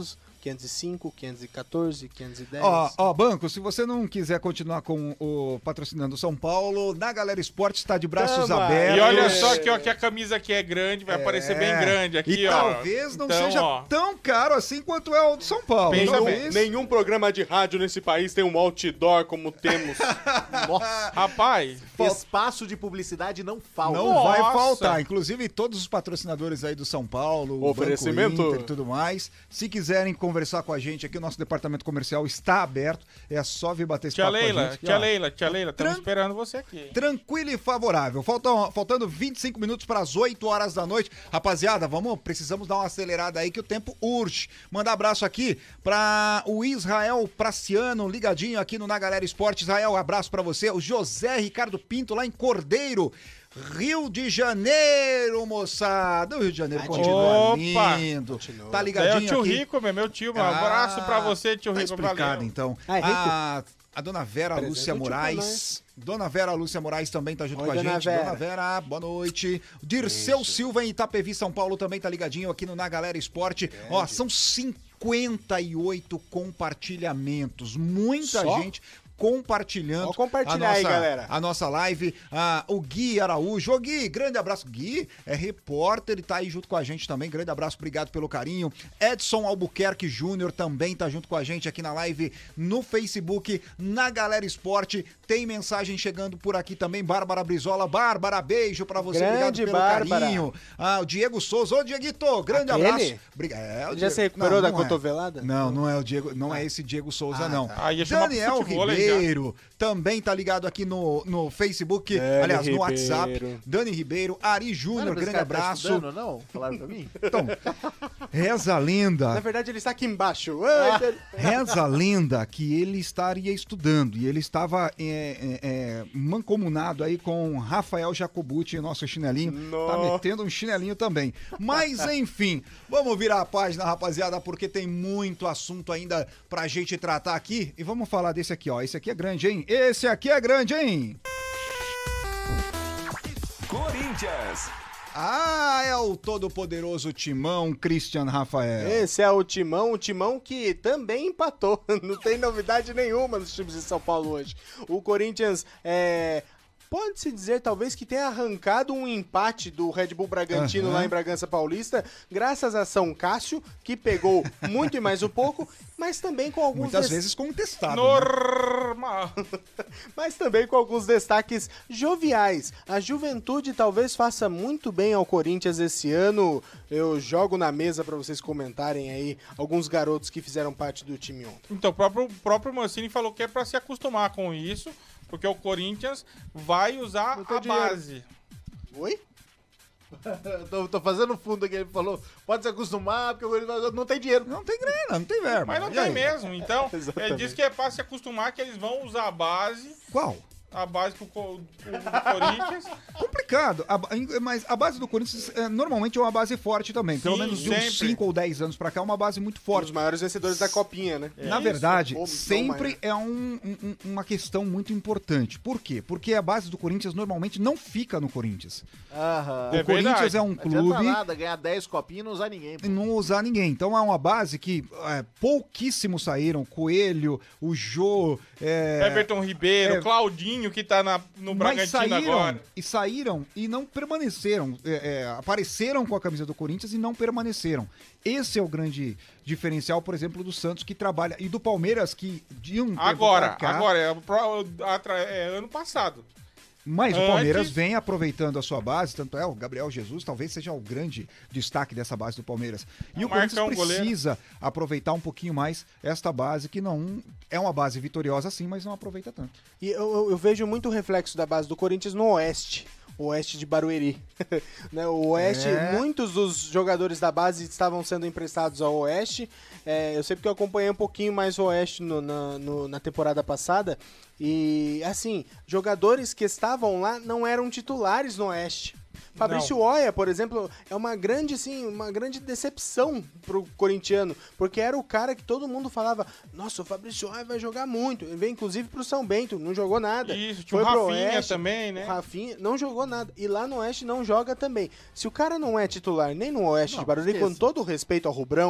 quinhentos e cinco, quinhentos e quatorze, quinhentos e dez. Ó, ó, Banco, se você não quiser continuar com o patrocinando São Paulo, na Galera Esporte está de braços Tama. abertos. E olha só aqui, ó, que a camisa aqui é grande, vai é. aparecer bem grande aqui, e ó. talvez não então, seja ó. tão caro assim quanto é o do São Paulo. Nenhum, talvez. nenhum programa de rádio nesse país tem um outdoor como temos. Nossa. Rapaz, espaço de publicidade não falta. Não Nossa. vai faltar. Inclusive, todos os patrocinadores aí do São Paulo, oferecimento, Banco Inter e tudo mais. Se quiserem conversar com a gente aqui, o nosso departamento comercial está aberto. É só vir bater esse tia papo Leila, com a gente. tia Ó, Leila, tia Leila, estamos Tran... esperando você aqui. Tranquilo e favorável. Faltam, faltando vinte e cinco minutos para as oito horas da noite. Rapaziada, vamos, precisamos dar uma acelerada aí que o tempo urge. Mandar abraço aqui para o Israel Praciano, ligadinho aqui no Na Galera Esporte. Israel, abraço para você. O José Ricardo Pinto lá em Cordeiro, Rio de Janeiro, moçada. O Rio de Janeiro continua Opa. lindo. Continua. Tá ligadinho É o tio aqui. Rico, meu, meu tio. Um Ah, abraço pra você, tio Tá Rico. explicado, Valeu. então. Ah, é rico? a, a dona Vera Apresenta Lúcia o tio pra Moraes. nós. Dona Vera Lúcia Moraes também tá junto Oi, com a dona gente. Vera. Dona Vera, boa noite. Dirceu Silva em Itapevi, São Paulo, também tá ligadinho aqui no Na Galera Esporte. Ó, são cinquenta e oito compartilhamentos. Muita Só? gente compartilhando Vou compartilhar a nossa, aí, galera. a nossa live. Ah, o Gui Araújo. Ô, Gui, grande abraço. Gui é repórter e tá aí junto com a gente também. Grande abraço, obrigado pelo carinho. Edson Albuquerque Júnior também tá junto com a gente aqui na live no Facebook, na Galera Esporte. Tem mensagem chegando por aqui também. Bárbara Brizola. Bárbara, beijo pra você. Grande obrigado pelo Bárbara. carinho. Ah, o Diego Souza. Ô, Dieguito, grande Aquele? abraço. Briga- É, o Já Diego- se recuperou Não, da não é. cotovelada? Não, não é o Diego, não é esse Diego Souza, Ah, não. tá. Ah, ia chamar pro Daniel futebol, hein, já. Ribeiro também tá ligado aqui no, no Facebook, Dani aliás, no Ribeiro. WhatsApp. Dani Ribeiro, Ari Não Júnior, era pra esse grande cara tá abraço. estudando, não? Falaram pra mim? Então, reza a Na lenda, verdade, ele está aqui embaixo. reza a lenda que ele estaria estudando e ele estava é, é, é, mancomunado aí com Rafael Jacobucci, nosso chinelinho. No. Tá metendo um chinelinho também. Mas, enfim, vamos virar a página, rapaziada, porque tem muito assunto ainda pra gente tratar aqui. E vamos falar desse aqui, ó. Esse aqui é grande, hein? Esse aqui é grande, hein? Corinthians. Ah, é o todo-poderoso Timão Christian Rafael. Esse é o Timão, o Timão que também empatou. Não tem novidade nenhuma nos times de São Paulo hoje. O Corinthians é... pode-se dizer, talvez, que tenha arrancado um empate do Red Bull Bragantino Uhum. lá em Bragança Paulista, graças a São Cássio, que pegou muito e mais um pouco, mas também com alguns... Muitas des- vezes contestado, né? Normal. mas também com alguns destaques joviais. A Juventude talvez faça muito bem ao Corinthians esse ano. Eu jogo na mesa para vocês comentarem aí alguns garotos que fizeram parte do time ontem. Então, o próprio, o próprio Mancini falou que é pra se acostumar com isso, porque o Corinthians vai usar Não tem a dinheiro. base. Oi? tô, tô fazendo fundo aqui, ele falou, pode se acostumar, porque ele não tem dinheiro. Não tem grana, não tem verba. Mas não E tem aí? mesmo. Então, ele Exatamente. disse que é pra se acostumar que eles vão usar a base, Qual? a base do, Co- do Corinthians. Complicado, a ba- mas a base do Corinthians é, normalmente é uma base forte também. Pelo Sim, menos de uns sempre. cinco ou dez anos pra cá, é uma base muito Um dos forte. maiores vencedores da Copinha, né? Na Isso, verdade, ou não sempre mais, né? é um- um- uma questão muito importante. Por quê? Porque a base do Corinthians normalmente não fica no Corinthians. Aham. É o Corinthians verdade. é um Não adianta clube nada ganhar dez copinhos e não usar ninguém. pô. e não usar ninguém. Então é uma base que é, pouquíssimos saíram. Coelho, o Jô... É, Everton Ribeiro, é. Claudinho, que tá na, no mas Bragantino saíram, agora. e saíram e não permaneceram. É, é, apareceram com a camisa do Corinthians e não permaneceram. Esse é o grande diferencial, por exemplo, do Santos que trabalha e do Palmeiras que de um tempo Agora, pra cá, agora, é, pro- atra- é ano passado. mas o antes- Palmeiras vem aproveitando a sua base, tanto é o Gabriel Jesus, talvez seja o grande destaque dessa base do Palmeiras. E o Corinthians Marcão, goleiro. precisa aproveitar um pouquinho mais esta base que não é uma base vitoriosa sim, mas não aproveita tanto. E eu, eu- eu vejo muito reflexo da base do Corinthians no Oeste. O Oeste de Barueri. Né, o Oeste, É. muitos dos jogadores da base estavam sendo emprestados ao Oeste. É, eu sei porque eu acompanhei um pouquinho mais o Oeste no- na, no- na temporada passada. E, assim, jogadores que estavam lá não eram titulares no Oeste. Fabrício Oia, por exemplo, é uma grande, assim, uma grande decepção pro corintiano, porque era o cara que todo mundo falava, nossa, o Fabrício Oia vai jogar muito. Ele veio, inclusive, pro São Bento, não jogou nada. Isso, tinha o Foi pro Rafinha Oeste, também, né? O Rafinha não jogou nada. E lá no Oeste não joga também. Se o cara não é titular nem no Oeste Não, de Barueri, esqueça. com todo o respeito ao Rubrão,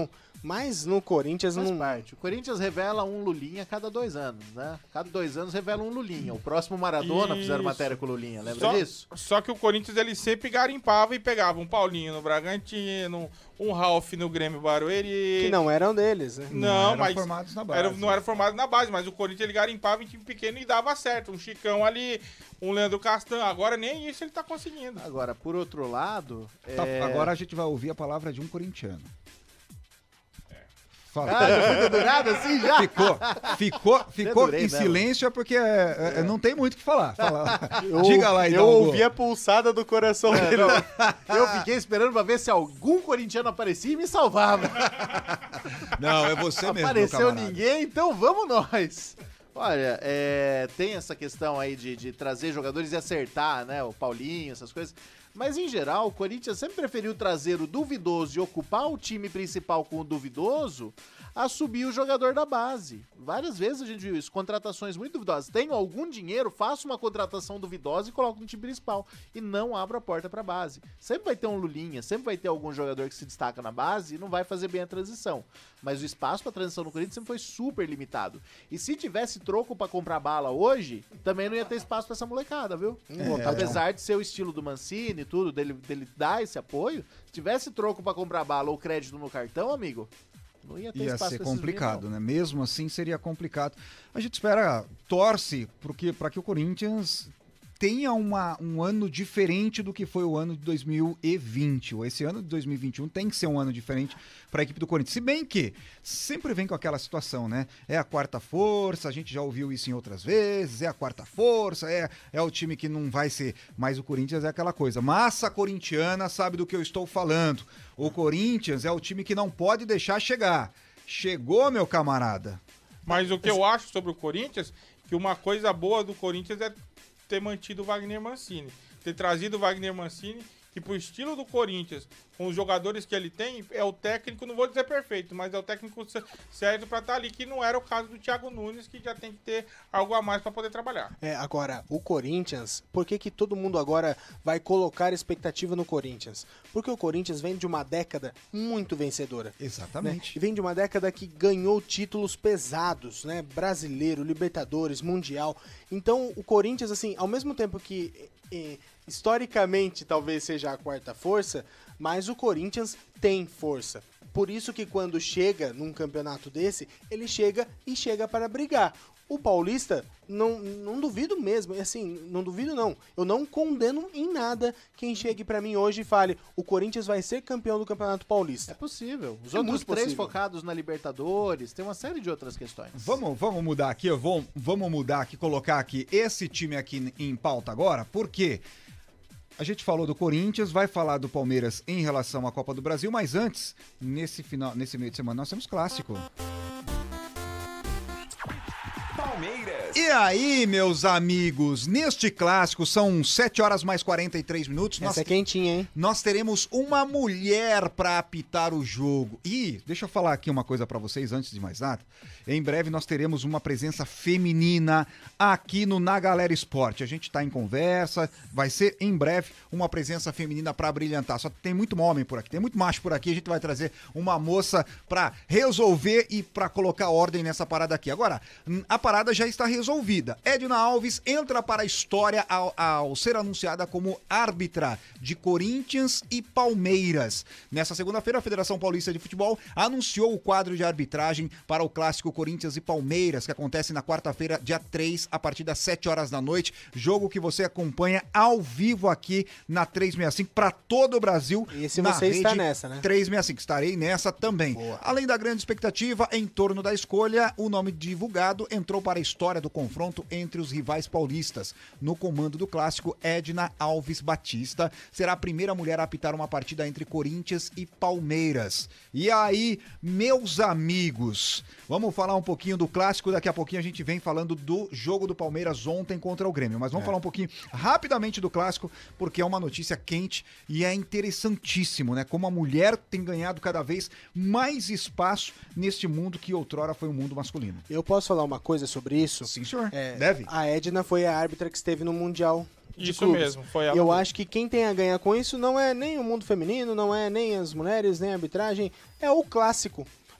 Mas no Corinthians Faz não... parte. O Corinthians revela um Lulinha a cada dois anos, né? Cada dois anos revela um Lulinha. O próximo Maradona Isso. fizeram matéria com o Lulinha, lembra Só, disso? só que o Corinthians ele sempre garimpava e pegava um Paulinho no Bragantino, um Ralf no Grêmio Barueri. Que não eram deles, né? Não, Não eram mas formados na base. Era, não era formado na base, mas o Corinthians ele garimpava em time pequeno e dava certo. Um Chicão ali, um Leandro Castan. Agora nem isso ele tá conseguindo. Agora, por outro lado... Tá, é... agora a gente vai ouvir a palavra de um corintiano. Fala. Ah, já foi dedurado assim já? Ficou, ficou, ficou Dedurei em mesmo. silêncio é porque é, é, não tem muito o que falar. Fala. Eu, Diga lá, Eu então. ouvi a pulsada do coração É, dele. não, eu fiquei esperando pra ver se algum corintiano aparecia e me salvava. Não, é você mesmo, meu Apareceu camarada. ninguém, então vamos nós. Olha, é, tem essa questão aí de, de trazer jogadores e acertar, né? O Paulinho, essas coisas. Mas, em geral, o Corinthians sempre preferiu trazer o duvidoso e ocupar o time principal com o duvidoso a subir o jogador da base. Várias vezes a gente viu isso, contratações muito duvidosas. Tenho algum dinheiro, faço uma contratação duvidosa e coloco no time principal. E não abro a porta pra base. Sempre vai ter um Lulinha, sempre vai ter algum jogador que se destaca na base e não vai fazer bem a transição. Mas o espaço pra transição no Corinthians sempre foi super limitado. E se tivesse troco pra comprar bala hoje, também não ia ter espaço pra essa molecada, viu? É. Apesar de ser o estilo do Mancini e tudo, dele, dele dar esse apoio, se tivesse troco pra comprar bala ou crédito no cartão, amigo, não ia ter Ia espaço ser pra esses complicado, meninos, né? Mesmo assim seria complicado. A gente espera, torce para que o Corinthians tenha uma, um ano diferente do que foi o ano de dois mil e vinte. Esse ano de dois mil e vinte e um tem que ser um ano diferente para a equipe do Corinthians. Se bem que sempre vem com aquela situação, né? É a quarta força, a gente já ouviu isso em outras vezes, é a quarta força, é, é o time que não vai ser. Mas o Corinthians é aquela coisa. Massa corintiana sabe do que eu estou falando. O Corinthians é o time que não pode deixar chegar. Chegou, meu camarada. Mas o que eu acho sobre o Corinthians, que uma coisa boa do Corinthians é ter mantido o Wagner Mancini. Ter trazido o Wagner Mancini, que pro estilo do Corinthians, com os jogadores que ele tem, é o técnico, não vou dizer perfeito, mas é o técnico certo pra estar ali, que não era o caso do Thiago Nunes, que já tem que ter algo a mais pra poder trabalhar. É, agora, o Corinthians, por que que todo mundo agora vai colocar expectativa no Corinthians? Porque o Corinthians vem de uma década muito vencedora. Exatamente. Né? E vem de uma década que ganhou títulos pesados, né? Brasileiro, Libertadores, Mundial. Então, o Corinthians, assim, ao mesmo tempo que eh, historicamente talvez seja a quarta força, mas o Corinthians tem força. Por isso que quando chega num campeonato desse, ele chega e chega para brigar. O Paulista, não, não duvido mesmo, assim, não duvido não, eu não condeno em nada quem chegue pra mim hoje e fale, o Corinthians vai ser campeão do Campeonato É Paulista. possível. Os É outros muito três possível. focados na Libertadores, tem uma série de outras questões. Vamos, vamos mudar aqui, eu vou, vamos mudar aqui, colocar aqui esse time aqui em pauta agora, porque a gente falou do Corinthians, vai falar do Palmeiras em relação à Copa do Brasil, mas antes, nesse final, nesse meio de semana, nós temos clássico. Palmeiras. E aí, meus amigos, neste clássico são sete horas mais quarenta e três minutos. Essa Nós, é quentinha, hein? nós teremos uma mulher para apitar o jogo. E deixa eu falar aqui uma coisa para vocês antes de mais nada. Em breve nós teremos uma presença feminina aqui no Na Galera Esporte. A gente tá em conversa, vai ser em breve uma presença feminina para brilhantar. Só que tem muito homem por aqui, tem muito macho por aqui. A gente vai trazer uma moça para resolver e para colocar ordem nessa parada aqui. Agora, a parada já está resolvida. Edna Alves entra para a história ao, ao ser anunciada como árbitra de Corinthians e Palmeiras. Nessa segunda-feira, a Federação Paulista de Futebol anunciou o quadro de arbitragem para o clássico Corinthians e Palmeiras, que acontece na quarta-feira, dia três, a partir das sete horas da noite. Jogo que você acompanha ao vivo aqui na trezentos e sessenta e cinco para todo o Brasil. E se na você está rede nessa, né? trezentos e sessenta e cinco. Estarei nessa também. Boa. Além da grande expectativa em torno da escolha, o nome divulgado entrou para a história do confronto entre os rivais paulistas. No comando do clássico, Edna Alves Batista será a primeira mulher a apitar uma partida entre Corinthians e Palmeiras. E aí, meus amigos, vamos falar um pouquinho do clássico. Daqui a pouquinho a gente vem falando do jogo do Palmeiras ontem contra o Grêmio. Mas vamos é. falar um pouquinho rapidamente do clássico, porque é uma notícia quente e é interessantíssimo, né? Como a mulher tem ganhado cada vez mais espaço neste mundo que outrora foi um mundo masculino. Eu posso falar uma coisa sobre isso? Sim, senhor. É, Deve. A Edna foi a árbitra que esteve no Mundial de Isso clubes. mesmo, foi ela Eu mesmo. acho que quem tem a ganhar com isso não é nem o mundo feminino, não é nem as mulheres, nem a arbitragem, é o clássico.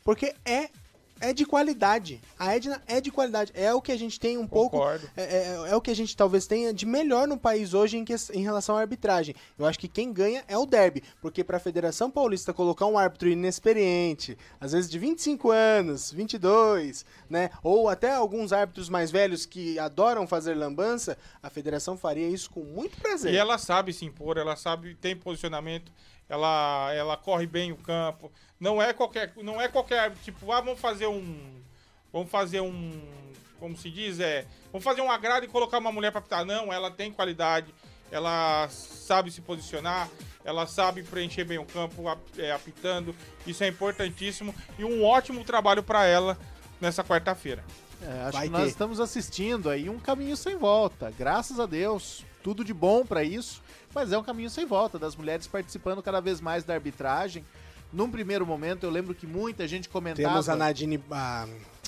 porque é é de qualidade. A Edna é de qualidade. É o que a gente tem um Concordo. pouco... É, é, é o que a gente talvez tenha de melhor no país hoje em, que, em relação à arbitragem. Eu acho que quem ganha é o derby. Porque para a Federação Paulista colocar um árbitro inexperiente, às vezes de vinte e cinco anos, vinte e dois, né? Ou até alguns árbitros mais velhos que adoram fazer lambança, a Federação faria isso com muito prazer. E ela sabe se impor, ela sabe, tem posicionamento, ela, ela corre bem o campo. Não é qualquer, não é qualquer, tipo, ah, vamos fazer um, vamos fazer um, como se diz, é, vamos fazer um agrado e colocar uma mulher para apitar. Não, ela tem qualidade, ela sabe se posicionar, ela sabe preencher bem o campo, é, apitando, isso é importantíssimo e um ótimo trabalho para ela nessa quarta-feira. É, acho Vai que nós ter. estamos assistindo aí um caminho sem volta, graças a Deus, tudo de bom para isso, mas é um caminho sem volta, das mulheres participando cada vez mais da arbitragem. Num primeiro momento, eu lembro que muita gente comentava... Temos a Nadine... A,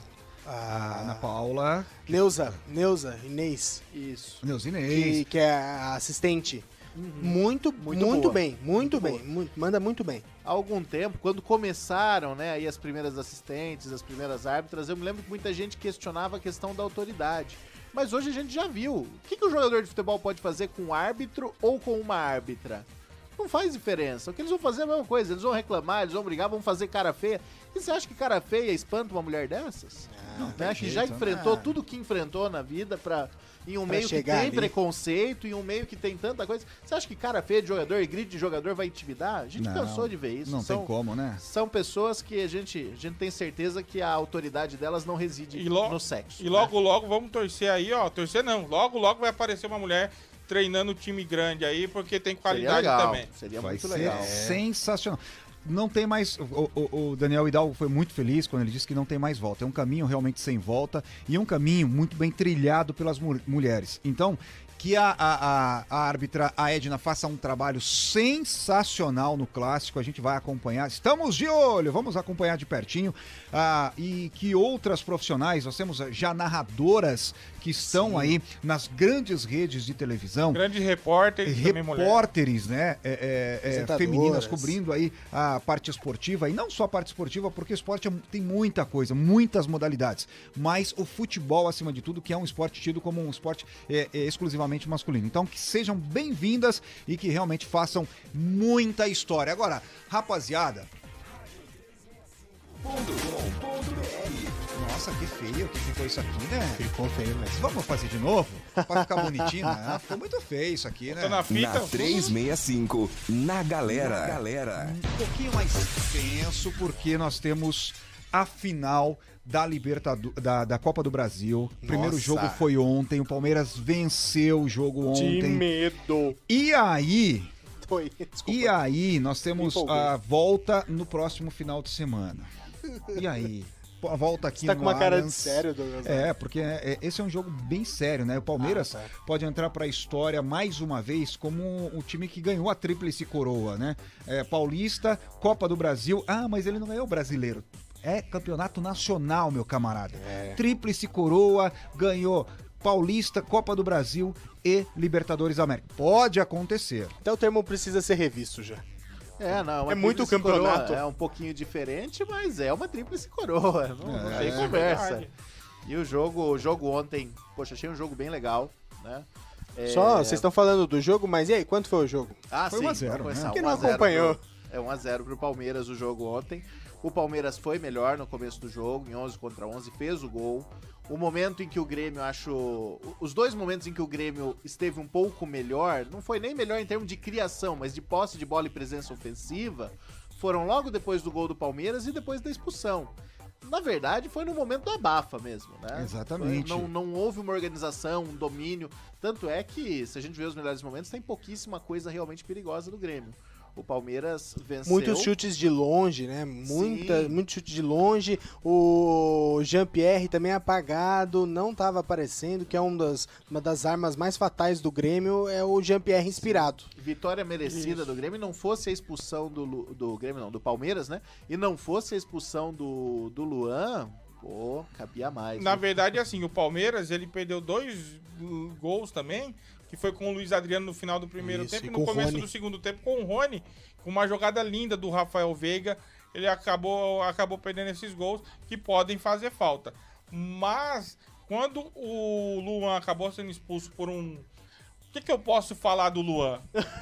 A Ana Paula. Neuza, Neuza, Inês. Isso. Neuza Que, Inês. que é a assistente. Uhum. Muito, Muito muito, boa. bem, muito, Muito bem. boa. Muito, manda muito bem. Há algum tempo, quando começaram, né, aí as primeiras assistentes, as primeiras árbitras, eu me lembro que muita gente questionava a questão da autoridade. Mas hoje a gente já viu. O que, que o jogador de futebol pode fazer com um árbitro ou com uma árbitra? Não faz diferença. O que eles vão fazer é a mesma coisa. Eles vão reclamar, eles vão brigar, vão fazer cara feia. E você acha que cara feia espanta uma mulher dessas? Não, Né? tem Que jeito, já enfrentou né? tudo que enfrentou na vida pra... em um Pra meio que chegar tem ali. preconceito, em um meio que tem tanta coisa. Você acha que cara feia de jogador e grito de jogador vai intimidar? A gente Não, cansou de ver isso. Não São, tem como, né? são pessoas que a gente, a gente tem certeza que a autoridade delas não reside E lo- no sexo. E logo, logo, vamos torcer aí, ó. Torcer não. Logo, logo vai aparecer uma mulher treinando um time grande aí, porque tem Seria qualidade legal. também. Seria Vai muito ser legal. sensacional. Não tem mais. O, o- o Daniel Hidalgo foi muito feliz quando ele disse que não tem mais volta. É um caminho realmente sem volta e um caminho muito bem trilhado pelas mu- mulheres. Então, que a, a, a, a árbitra, a Edna, faça um trabalho sensacional no clássico, a gente vai acompanhar. Estamos de olho, vamos acompanhar de pertinho. Ah, e que outras profissionais, nós temos já narradoras que estão Sim. aí nas grandes redes de televisão. Grandes repórteres, também mulher. Repórteres, né, é, é, é, Apresentadoras. femininas cobrindo aí a parte esportiva, e não só a parte esportiva, porque o esporte é- tem muita coisa, muitas modalidades, mas o futebol, acima de tudo, que é um esporte tido como um esporte é, é, exclusivamente masculino. Então, que sejam bem-vindas e que realmente façam muita história. Agora, rapaziada... Nossa, que feio que ficou isso aqui, né? Ficou feio mesmo. Vamos fazer de novo? Pra ficar bonitinho, né? Ah, ficou muito feio isso aqui, né? Tô na fita. Na trezentos e sessenta e cinco, na galera. galera. Um pouquinho mais tenso, porque nós temos a final da Libertadores, da, da Copa do Brasil. O primeiro Nossa. jogo foi ontem, o Palmeiras venceu o jogo De ontem. medo. E aí, Foi. Desculpa. e aí, nós temos Me empolguei. a volta no próximo final de semana. E aí? A volta aqui Você tá no com uma cara de Allianz. sério, Douglas. É, porque é- é- esse é um jogo bem sério, né? O Palmeiras Ah, tá. pode entrar para a história mais uma vez como o time que ganhou a tríplice coroa, né? É, Paulista, Copa do Brasil. Ah, mas ele não ganhou o brasileiro. É campeonato nacional, meu camarada. É. Tríplice coroa, ganhou Paulista, Copa do Brasil e Libertadores da América. Pode acontecer. Até o termo precisa ser revisto já. É, não, uma É muito tríplice campeonato. coroa É um pouquinho diferente, mas é uma tríplice coroa. Não, não É, tem é conversa. verdade. E o jogo, o jogo ontem, poxa, achei um jogo bem legal, né? É, Só, vocês estão falando do jogo, mas e aí, quanto foi o jogo? Ah, Foi sim, um a zero, vamos começar. né? Quem um não a zero acompanhou? pro- É um a zero pro Palmeiras o jogo ontem. O Palmeiras foi melhor no começo do jogo, em onze contra onze, fez o gol. O momento em que o Grêmio, acho... Os dois momentos em que o Grêmio esteve um pouco melhor, não foi nem melhor em termos de criação, mas de posse de bola e presença ofensiva, foram logo depois do gol do Palmeiras e depois da expulsão. Na verdade, foi no momento do abafa mesmo, né? Exatamente. Foi- não, não houve uma organização, um domínio. Tanto é que, se a gente vê os melhores momentos, tem pouquíssima coisa realmente perigosa do Grêmio. O Palmeiras venceu. Muitos chutes de longe, né? Muita, Sim. muito chute de longe. O Jean-Pierre também apagado, não estava aparecendo, que é um das, uma das armas mais fatais do Grêmio, é o Jean-Pierre inspirado. Vitória merecida Isso. do Grêmio, não fosse a expulsão do, Lu- do Grêmio, não, do Palmeiras, né? E não fosse a expulsão do, do Luan, pô, cabia mais. Na né? verdade, assim, o Palmeiras, ele perdeu dois uh, gols também, que foi com o Luiz Adriano no final do primeiro Isso, tempo e e com no o começo Rony. do segundo tempo com o Rony, com uma jogada linda do Rafael Veiga. ele acabou, acabou perdendo esses gols que podem fazer falta. Mas, quando o Luan acabou sendo expulso por um... O que, que eu posso falar do Luan?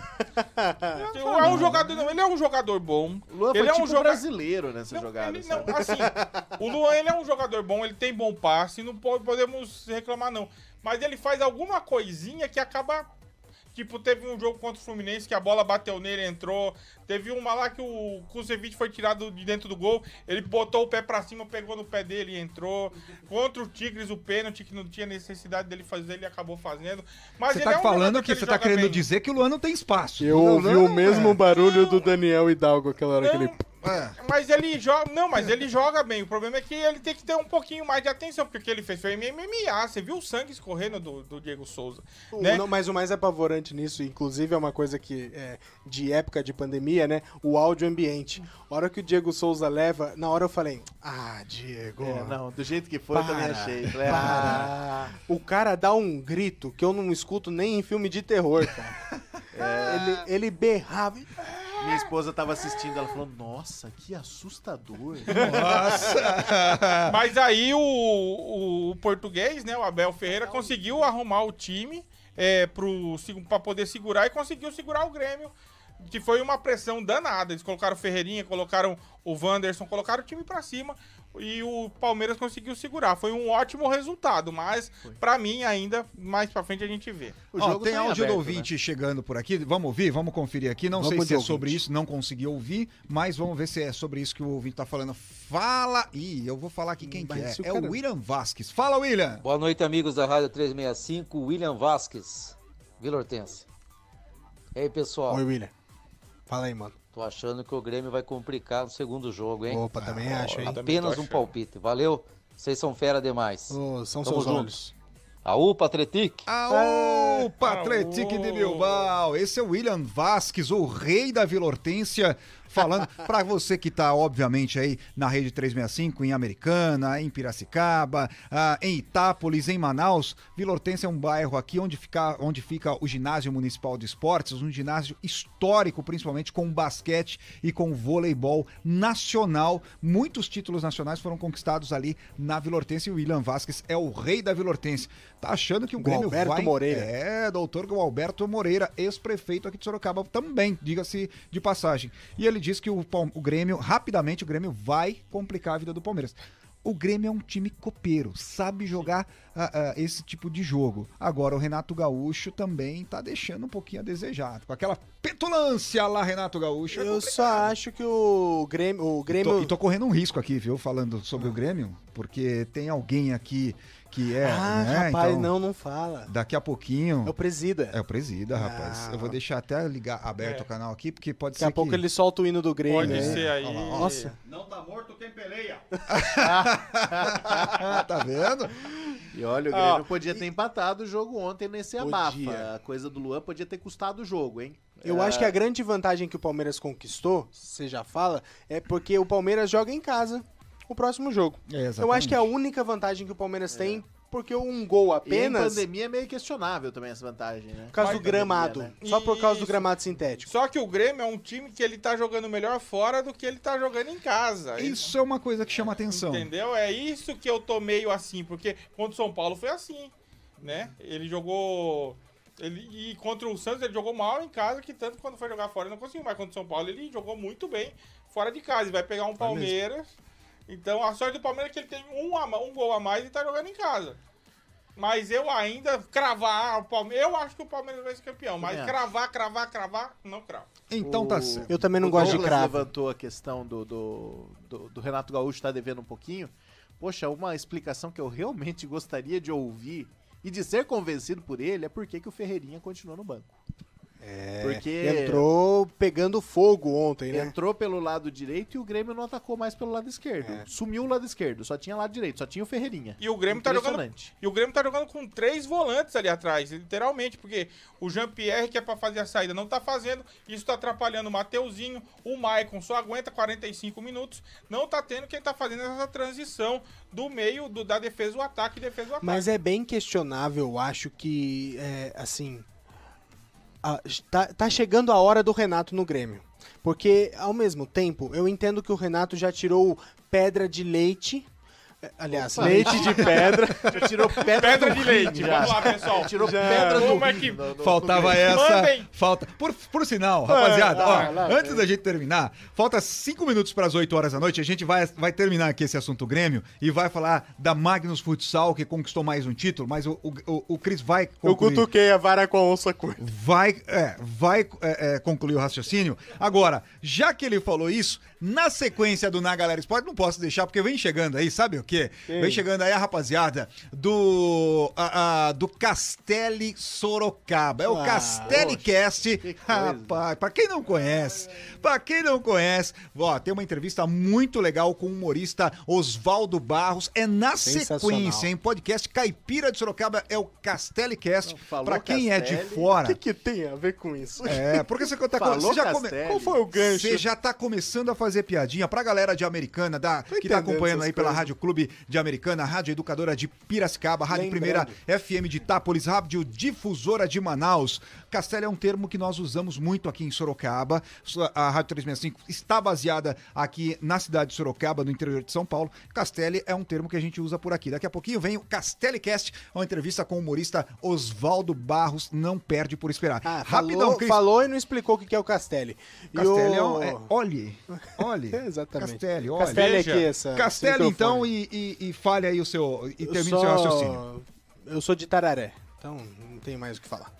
é um jogador, não, ele é um jogador bom. O Luan ele foi é um tipo joga... brasileiro nessa não, jogada. Ele, não, assim, o Luan ele é um jogador bom, ele tem bom passe, não podemos reclamar não. Mas ele faz alguma coisinha que acaba... Tipo, teve um jogo contra o Fluminense que a bola bateu nele, entrou. Teve uma lá que o Kusevich foi tirado de dentro do gol. Ele botou o pé pra cima, pegou no pé dele e entrou. Contra o Tigres, o pênalti que não tinha necessidade dele fazer, ele acabou fazendo. Mas você ele tá é um falando que que você tá querendo bem. dizer que o Luan não tem espaço. Eu não, ouvi não, o mesmo é. barulho Não. do Daniel Hidalgo aquela hora Não, que ele... É. Mas ele joga. Não, mas ele joga bem. O problema é que ele tem que ter um pouquinho mais de atenção, porque o que ele fez foi M M A. Você viu o sangue escorrendo do, do Diego Souza. Né? Não, mas o mais apavorante nisso, inclusive é uma coisa que é de época de pandemia, né? O áudio ambiente. A hora que o Diego Souza leva, na hora eu falei, ah, Diego. É, não, do jeito que foi, eu também achei. Falei, Para. ah, O cara dá um grito que eu não escuto nem em filme de terror, cara. É. Ele, ele berrava. minha esposa tava assistindo, ela falou, nossa, que assustador. Nossa! Mas aí o, o, o português, né, o Abel Ferreira, conseguiu arrumar o time é, para poder segurar e conseguiu segurar o Grêmio, que foi uma pressão danada. Eles colocaram o Ferreirinha, colocaram o Wanderson, colocaram o time pra cima e o Palmeiras conseguiu segurar. Foi um ótimo resultado, mas pra mim ainda mais pra frente a gente vê. O Ó, tem áudio aberto, do ouvinte, né, chegando por aqui. Vamos ouvir? Vamos conferir aqui. Não vamos sei se é sobre ouvinte. Isso, não consegui ouvir, mas vamos ver se é sobre isso que o ouvinte tá falando. Fala! Ih, eu vou falar aqui quem que é. É o William Vasquez. Fala, William! Boa noite, amigos da Rádio trezentos e sessenta e cinco. William Vasquez, Vila Hortência. E aí, pessoal? Oi, William. Fala aí, mano. Tô achando que o Grêmio vai complicar no segundo jogo, hein? Opa, também ah, acho, hein? Apenas um palpite. Valeu. Vocês são fera demais. Oh, são Tamo seus junto. olhos. Aú, Patretic. Aú, Patretic de Bilbao. Esse é o William Vasquez, o rei da Vila Hortência, falando para você que tá, obviamente, aí na Rede trezentos e sessenta e cinco, em Americana, em Piracicaba, ah, em Itápolis, em Manaus. Vila Hortência é um bairro aqui onde fica, onde fica o Ginásio Municipal de Esportes, um ginásio histórico, principalmente com basquete e com voleibol nacional. Muitos títulos nacionais foram conquistados ali na Vila Hortência e o William Vasquez é o rei da Vila Hortência. Tá achando que o Grêmio vai... Gualberto Moreira. É, doutor Gualberto Moreira, ex-prefeito aqui de Sorocaba também, diga-se de passagem. E ele diz que o, o Grêmio, rapidamente, o Grêmio vai complicar a vida do Palmeiras. O Grêmio é um time copeiro, sabe jogar uh, uh, esse tipo de jogo. Agora, o Renato Gaúcho também tá deixando um pouquinho a desejar. Com aquela petulância lá, Renato Gaúcho. É Eu só acho que o Grêmio... O Grêmio... E tô, e tô correndo um risco aqui, viu, falando sobre ah. o Grêmio, porque tem alguém aqui que é... Ah, né? rapaz, então, não, não fala. Daqui a pouquinho... É o Presida. É o Presida, rapaz. Ah. Eu vou deixar até ligar, aberto é. o canal aqui, porque pode Daqui ser Daqui a pouco que... ele solta o hino do Grêmio. Pode né? ser aí. Olha lá, nossa. Não tá morto quem peleia. Tá vendo? E olha, o Grêmio Ah, podia e... ter empatado o jogo ontem nesse Podia. abafa. A coisa do Luan podia ter custado o jogo, hein? Eu é... acho que a grande vantagem que o Palmeiras conquistou, você já fala, é porque o Palmeiras joga em casa o próximo jogo. É, Eu acho que é a única vantagem que o Palmeiras é. tem, porque um gol apenas... E em pandemia é meio questionável também essa vantagem, né? Por causa Mas do gramado. pandemia, né? Só por causa do Isso. gramado sintético. Só que o Grêmio é um time que ele tá jogando melhor fora do que ele tá jogando em casa. Isso é uma coisa que chama atenção. Entendeu? É isso que eu tô meio assim, porque contra o São Paulo foi assim, né? Ele jogou... Ele, e contra o Santos ele jogou mal em casa, que tanto quando foi jogar fora ele não conseguiu. Mas contra o São Paulo ele jogou muito bem fora de casa. Ele vai pegar um Palmeiras. Então a sorte do Palmeiras é que ele tem um, a, um gol a mais e tá jogando em casa. Mas eu ainda cravar o Palmeiras, eu acho que o Palmeiras vai ser campeão. Mas Também cravar, cravar, cravar, não cravo. Então O- tá certo. Eu também não O gosto de Douglas cravo. levantou a questão do, do, do, do Renato Gaúcho estar devendo um pouquinho. Poxa, uma explicação que eu realmente gostaria de ouvir e de ser convencido por ele é por que que o Ferreirinha continua no banco. É, Porque entrou pegando fogo ontem, né? entrou pelo lado direito e o Grêmio não atacou mais pelo lado esquerdo. É. Sumiu o lado esquerdo, só tinha lado direito, só tinha o Ferreirinha. E o Grêmio tá jogando. Impressionante. E o Grêmio tá jogando com três volantes ali atrás, literalmente, porque o Jean-Pierre, que é pra fazer a saída, não tá fazendo. Isso tá atrapalhando o Mateuzinho. O Maicon só aguenta quarenta e cinco minutos. Não tá tendo quem tá fazendo essa transição do meio do, da defesa ao ataque, defesa ao ataque. Mas é bem questionável, eu acho que, é, assim... a, tá, tá chegando a hora do Renato no Grêmio. Porque, ao mesmo tempo, eu entendo que o Renato já tirou pedra de leite. Aliás, Opa, leite de pedra. Já tirou pedra, pedra de leite. Já. Vamos lá, pessoal. Tirou já. pedra do Como é que... no, no, Faltava no essa. Mandem. Falta. Por, por sinal, rapaziada, é, ó, lá, lá, antes é. da gente terminar, falta cinco minutos para as oito horas da noite. A gente vai, vai terminar aqui esse assunto Grêmio e vai falar da Magnus Futsal, que conquistou mais um título, mas o, o, o Cris vai concluir. Eu cutuquei a vara com a onça curta. Vai, é, vai é, é, concluir o raciocínio. Agora, já que ele falou isso, na sequência do Na Galera Esporte, não posso deixar, porque vem chegando aí, sabe o quê? Sim. Vem chegando aí a rapaziada do, a, a, do Castelli Sorocaba. É o ah, Castelli Cast. Que rapaz, pra quem não conhece, pra quem não conhece, ó, tem uma entrevista muito legal com o humorista Oswaldo Barros. É na sequência, hein? Podcast Caipira de Sorocaba é o Castelli Cast. Pra quem Castelli, é de fora. O que, que tem a ver com isso? É, porque você, tá, você já come... Qual foi o gancho? Você já tá começando a fazer piadinha pra galera de Americana, da, que tá acompanhando aí pela coisas. Rádio Clube de Americana, Rádio Educadora de Piracicaba, Rádio Lembrando. Primeira F M de Itápolis, Rádio Difusora de Manaus. Castelli é um termo que nós usamos muito aqui em Sorocaba. A Rádio trezentos e sessenta e cinco está baseada aqui na cidade de Sorocaba, no interior de São Paulo. Castelli é um termo que a gente usa por aqui. Daqui a pouquinho vem o Castelli Cast, uma entrevista com o humorista Oswaldo Barros. Não perde por esperar. Ah, Rapidão, falou, Cris. Falou e não explicou o que é o Castelli. Castelli o... é, é olhe, olhe. Exatamente. Castelli, olhe. Castelli aqui, essa. Castelli, então, e, e, e fale aí o seu, e termine o seu raciocínio. Eu sou de Tararé, então não tenho mais o que falar.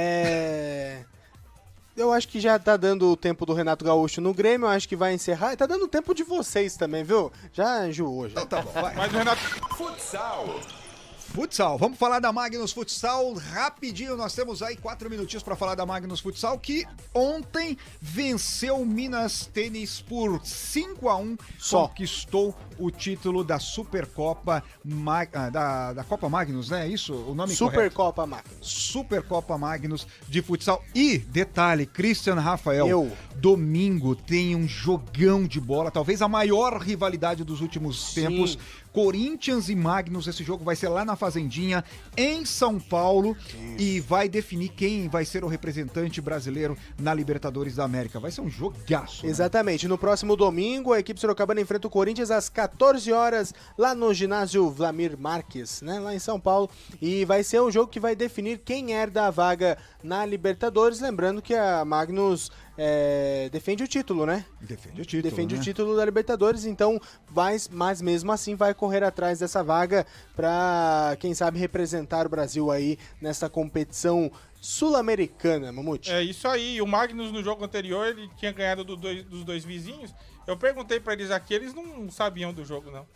É... Eu acho que já tá dando o tempo do Renato Gaúcho no Grêmio, eu acho que vai encerrar. E tá dando tempo de vocês também, viu? Já enjoou, já. Então tá bom, vai. Mas o Renato... Futsal. Futsal, vamos falar da Magnus Futsal rapidinho, nós temos aí quatro minutinhos para falar da Magnus Futsal, que ontem venceu o Minas Tênis por cinco a um, Só. conquistou o título da Supercopa Mag... da, da Copa Magnus, né? É isso? O nome Supercopa Magnus. Supercopa Magnus de futsal. E, detalhe, Christian Rafael, Eu. domingo tem um jogão de bola, talvez a maior rivalidade dos últimos Sim. tempos. Corinthians e Magnus, esse jogo vai ser lá na Fazendinha, em São Paulo, Isso. e vai definir quem vai ser o representante brasileiro na Libertadores da América. Vai ser um jogaço. Né? Exatamente. No próximo domingo, a equipe sorocabana enfrenta o Corinthians às quatorze horas, lá no ginásio Vlamir Marques, né, lá em São Paulo. E vai ser um jogo que vai definir quem herda a vaga na Libertadores. Lembrando que a Magnus é, defende o título, né? Defende o título, Defende né? o título da Libertadores, então vai, mas mesmo assim vai correr atrás dessa vaga para, quem sabe, representar o Brasil aí nessa competição sul-americana, Mamute. É isso aí. O Magnus no jogo anterior ele tinha ganhado do dois, dos dois vizinhos. Eu perguntei pra eles aqui, eles não sabiam do jogo, não.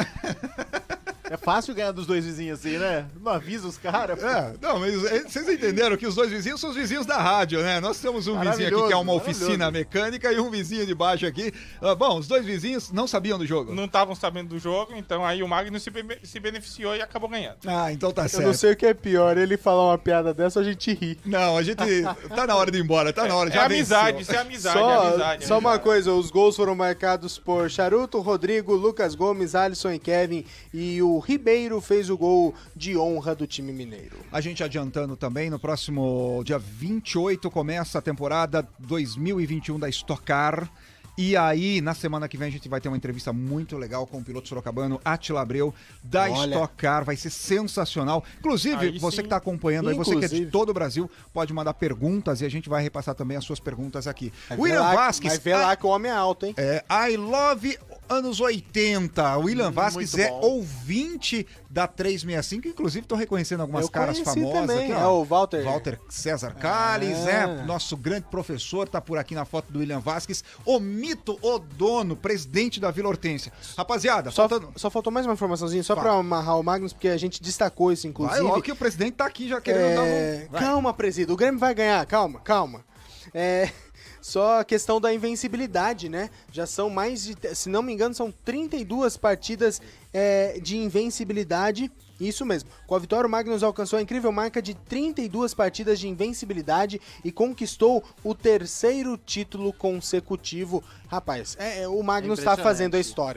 É fácil ganhar dos dois vizinhos assim, né? Não avisa os caras. É, não, mas vocês entenderam que os dois vizinhos são os vizinhos da rádio, né? Nós temos um vizinho aqui que é uma oficina mecânica e um vizinho de baixo aqui. Ah, bom, os dois vizinhos não sabiam do jogo. Não estavam sabendo do jogo, então aí o Magnus se, be se beneficiou e acabou ganhando. Ah, então tá certo. Eu não sei o que é pior, ele falar uma piada dessa, a gente ri. Não, a gente tá na hora de ir embora, tá na hora de É amizade, isso é amizade, só, é amizade. Só é uma amizade. coisa, os gols foram marcados por Charuto, Rodrigo, Lucas Gomes, Alisson e Kevin, e o Ribeiro fez o gol de honra do time mineiro. A gente adiantando também, no próximo dia vinte e oito começa a temporada dois mil e vinte e um da Stock Car. E aí, na semana que vem, a gente vai ter uma entrevista muito legal com o piloto sorocabano Átila Abreu, da Olha. Stock Car. Vai ser sensacional. Inclusive, aí você sim. que está acompanhando, aí, você que é de todo o Brasil, pode mandar perguntas e a gente vai repassar também as suas perguntas aqui. Vai William lá, Vasquez. Vai ver lá que o homem é alto, hein? É, I love anos oitenta. O William hum, Vasquez é ouvinte da trezentos e sessenta e cinco. Inclusive, estou reconhecendo algumas Eu caras famosas também. aqui. Ó. É o Walter. Walter César Calles, ah. né? Nosso grande professor, tá por aqui na foto do William Vasquez. O mito, o dono, presidente da Vila Hortência. Rapaziada, só, faltando... só faltou mais uma informaçãozinha, só Fala. para amarrar o Magnus, porque a gente destacou isso, inclusive. Vai logo que o presidente tá aqui já querendo é... dar um... Calma, presídio, o Grêmio vai ganhar, calma, calma. É... Só a questão da invencibilidade, né? Já são mais de, se não me engano, são trinta e duas partidas é, de invencibilidade. Isso mesmo. Com a vitória, o Magnus alcançou a incrível marca de trinta e duas partidas de invencibilidade e conquistou o terceiro título consecutivo. Rapaz, é, é, o Magnus está fazendo a história.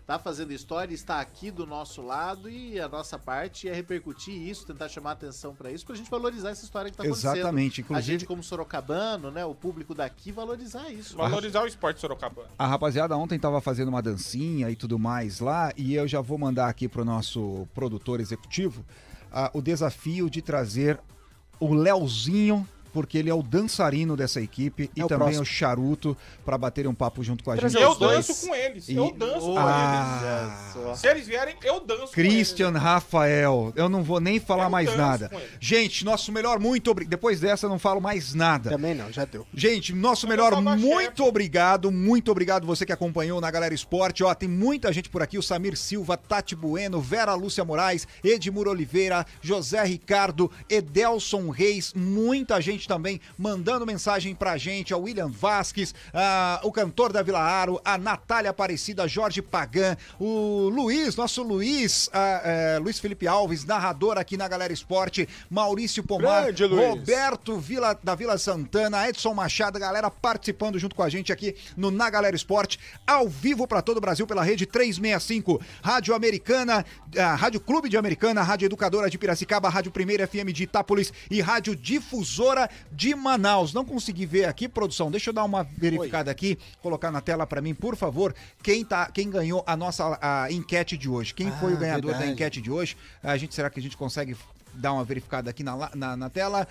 tá fazendo história, está aqui do nosso lado e a nossa parte é repercutir isso, tentar chamar atenção para isso, pra gente valorizar essa história que tá acontecendo. Exatamente, inclusive... A gente como sorocabano, né, o público daqui, valorizar isso. Valorizar a... o esporte sorocabano. A rapaziada ontem tava fazendo uma dancinha e tudo mais lá, e eu já vou mandar aqui pro nosso produtor executivo uh, o desafio de trazer o Leozinho, porque ele é o dançarino dessa equipe, é e também próximo. é o Charuto, pra baterem um papo junto com a gente. Eu danço com eles, e... eu danço oh, com ah, eles. Se eles vierem, eu danço Christian com eles. Rafael, eu não vou nem falar eu mais nada. Gente, nosso melhor muito obrigado. Depois dessa eu não falo mais nada. Também não, já deu. Gente, nosso eu melhor muito chefe. obrigado, muito obrigado você que acompanhou na Galera Esporte. Ó, tem muita gente por aqui, o Samir Silva, Tati Bueno, Vera Lúcia Moraes, Edmur Oliveira, José Ricardo, Edelson Reis, muita gente também mandando mensagem pra gente, o William Vasques, uh, o cantor da Vila Aro, a Natália Aparecida, Jorge Pagan, o Luiz, nosso Luiz, uh, uh, Luiz Felipe Alves, narrador aqui na Galera Esporte, Maurício Pomar, Grande, Roberto Vila, da Vila Santana, Edson Machado, galera participando junto com a gente aqui no Na Galera Esporte, ao vivo pra todo o Brasil pela rede trezentos e sessenta e cinco, Rádio Americana, uh, Rádio Clube de Americana, Rádio Educadora de Piracicaba, Rádio Primeira F M de Itápolis e Rádio Difusora de Manaus. Não consegui ver aqui, produção, deixa eu dar uma verificada Oi. aqui, colocar na tela pra mim, por favor, quem, tá, quem ganhou a nossa a enquete de hoje, quem ah, foi o ganhador verdade. da enquete de hoje, a gente, será que a gente consegue dar uma verificada aqui na, na, na tela?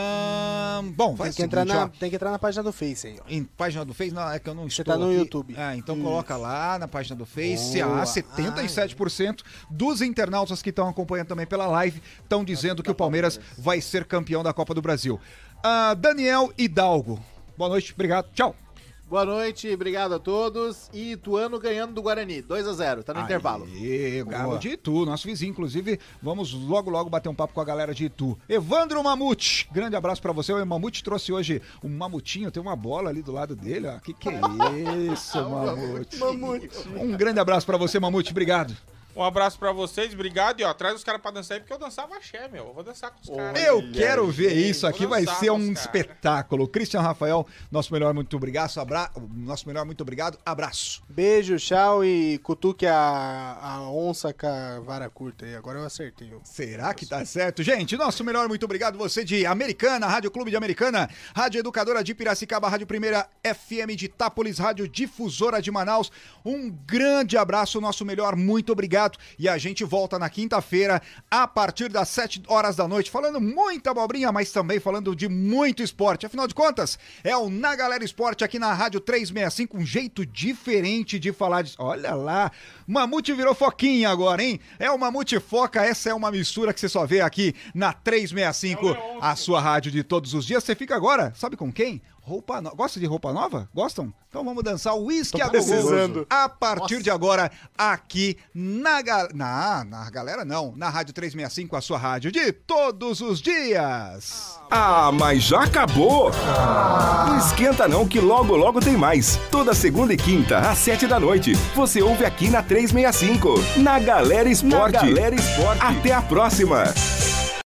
Hum, bom, vai tem que, entrar na, tem que entrar na página do Face aí, ó. Em página do Face? Não, é que eu não Você estou tá no aqui. YouTube. Ah, então Isso. coloca lá na página do Face. Ah, setenta e sete por cento dos internautas que estão acompanhando também pela live estão dizendo que o Palmeiras vai ser campeão da Copa do Brasil. Uh, Daniel Hidalgo, boa noite, obrigado, tchau. Boa noite, obrigado a todos. E Ituano ganhando do Guarani, dois a zero, tá no Aê, intervalo. Galo de Itu, nosso vizinho, inclusive, vamos logo logo bater um papo com a galera de Itu. Evandro Mamute, grande abraço pra você. O Mamute trouxe hoje um mamutinho, tem uma bola ali do lado dele, ó. Que que é isso, Mamute? Mamute. Um grande abraço pra você, Mamute, obrigado. Um abraço pra vocês, obrigado. E ó, traz os caras pra dançar aí, porque eu dançava axé, meu. Eu vou dançar com os caras. Eu Olha, quero ver gente. isso aqui, vai ser um espetáculo. Christian Rafael, nosso melhor muito obrigado. Abra... Nosso melhor muito obrigado. Abraço. Beijo, tchau e cutuque a, a onça com a vara curta aí. Agora eu acertei. Será que tá certo? Gente, nosso melhor muito obrigado. Você de Americana, Rádio Clube de Americana, Rádio Educadora de Piracicaba, Rádio Primeira F M de Itápolis, Rádio Difusora de Manaus. Um grande abraço, nosso melhor muito obrigado. E a gente volta na quinta-feira, a partir das sete horas da noite, falando muita abobrinha, mas também falando de muito esporte. Afinal de contas, é o Na Galera Esporte aqui na Rádio trezentos e sessenta e cinco, um jeito diferente de falar de... Olha lá, Mamute virou foquinha agora, hein? É o Mamute Foca, essa é uma mistura que você só vê aqui na trezentos e sessenta e cinco, a sua rádio de todos os dias. Você fica agora, sabe com quem? Roupa nova. Gosta de roupa nova? Gostam? Então vamos dançar o Whisky a Gogô a partir Nossa. de agora aqui na, ga... na na galera não, na Rádio trezentos e sessenta e cinco, a sua rádio de todos os dias. Ah, mas já acabou. Ah. Não esquenta não que logo logo tem mais. Toda segunda e quinta às sete da noite. Você ouve aqui na trezentos e sessenta e cinco. Na Galera Esporte. Na Galera Esporte. Até a próxima.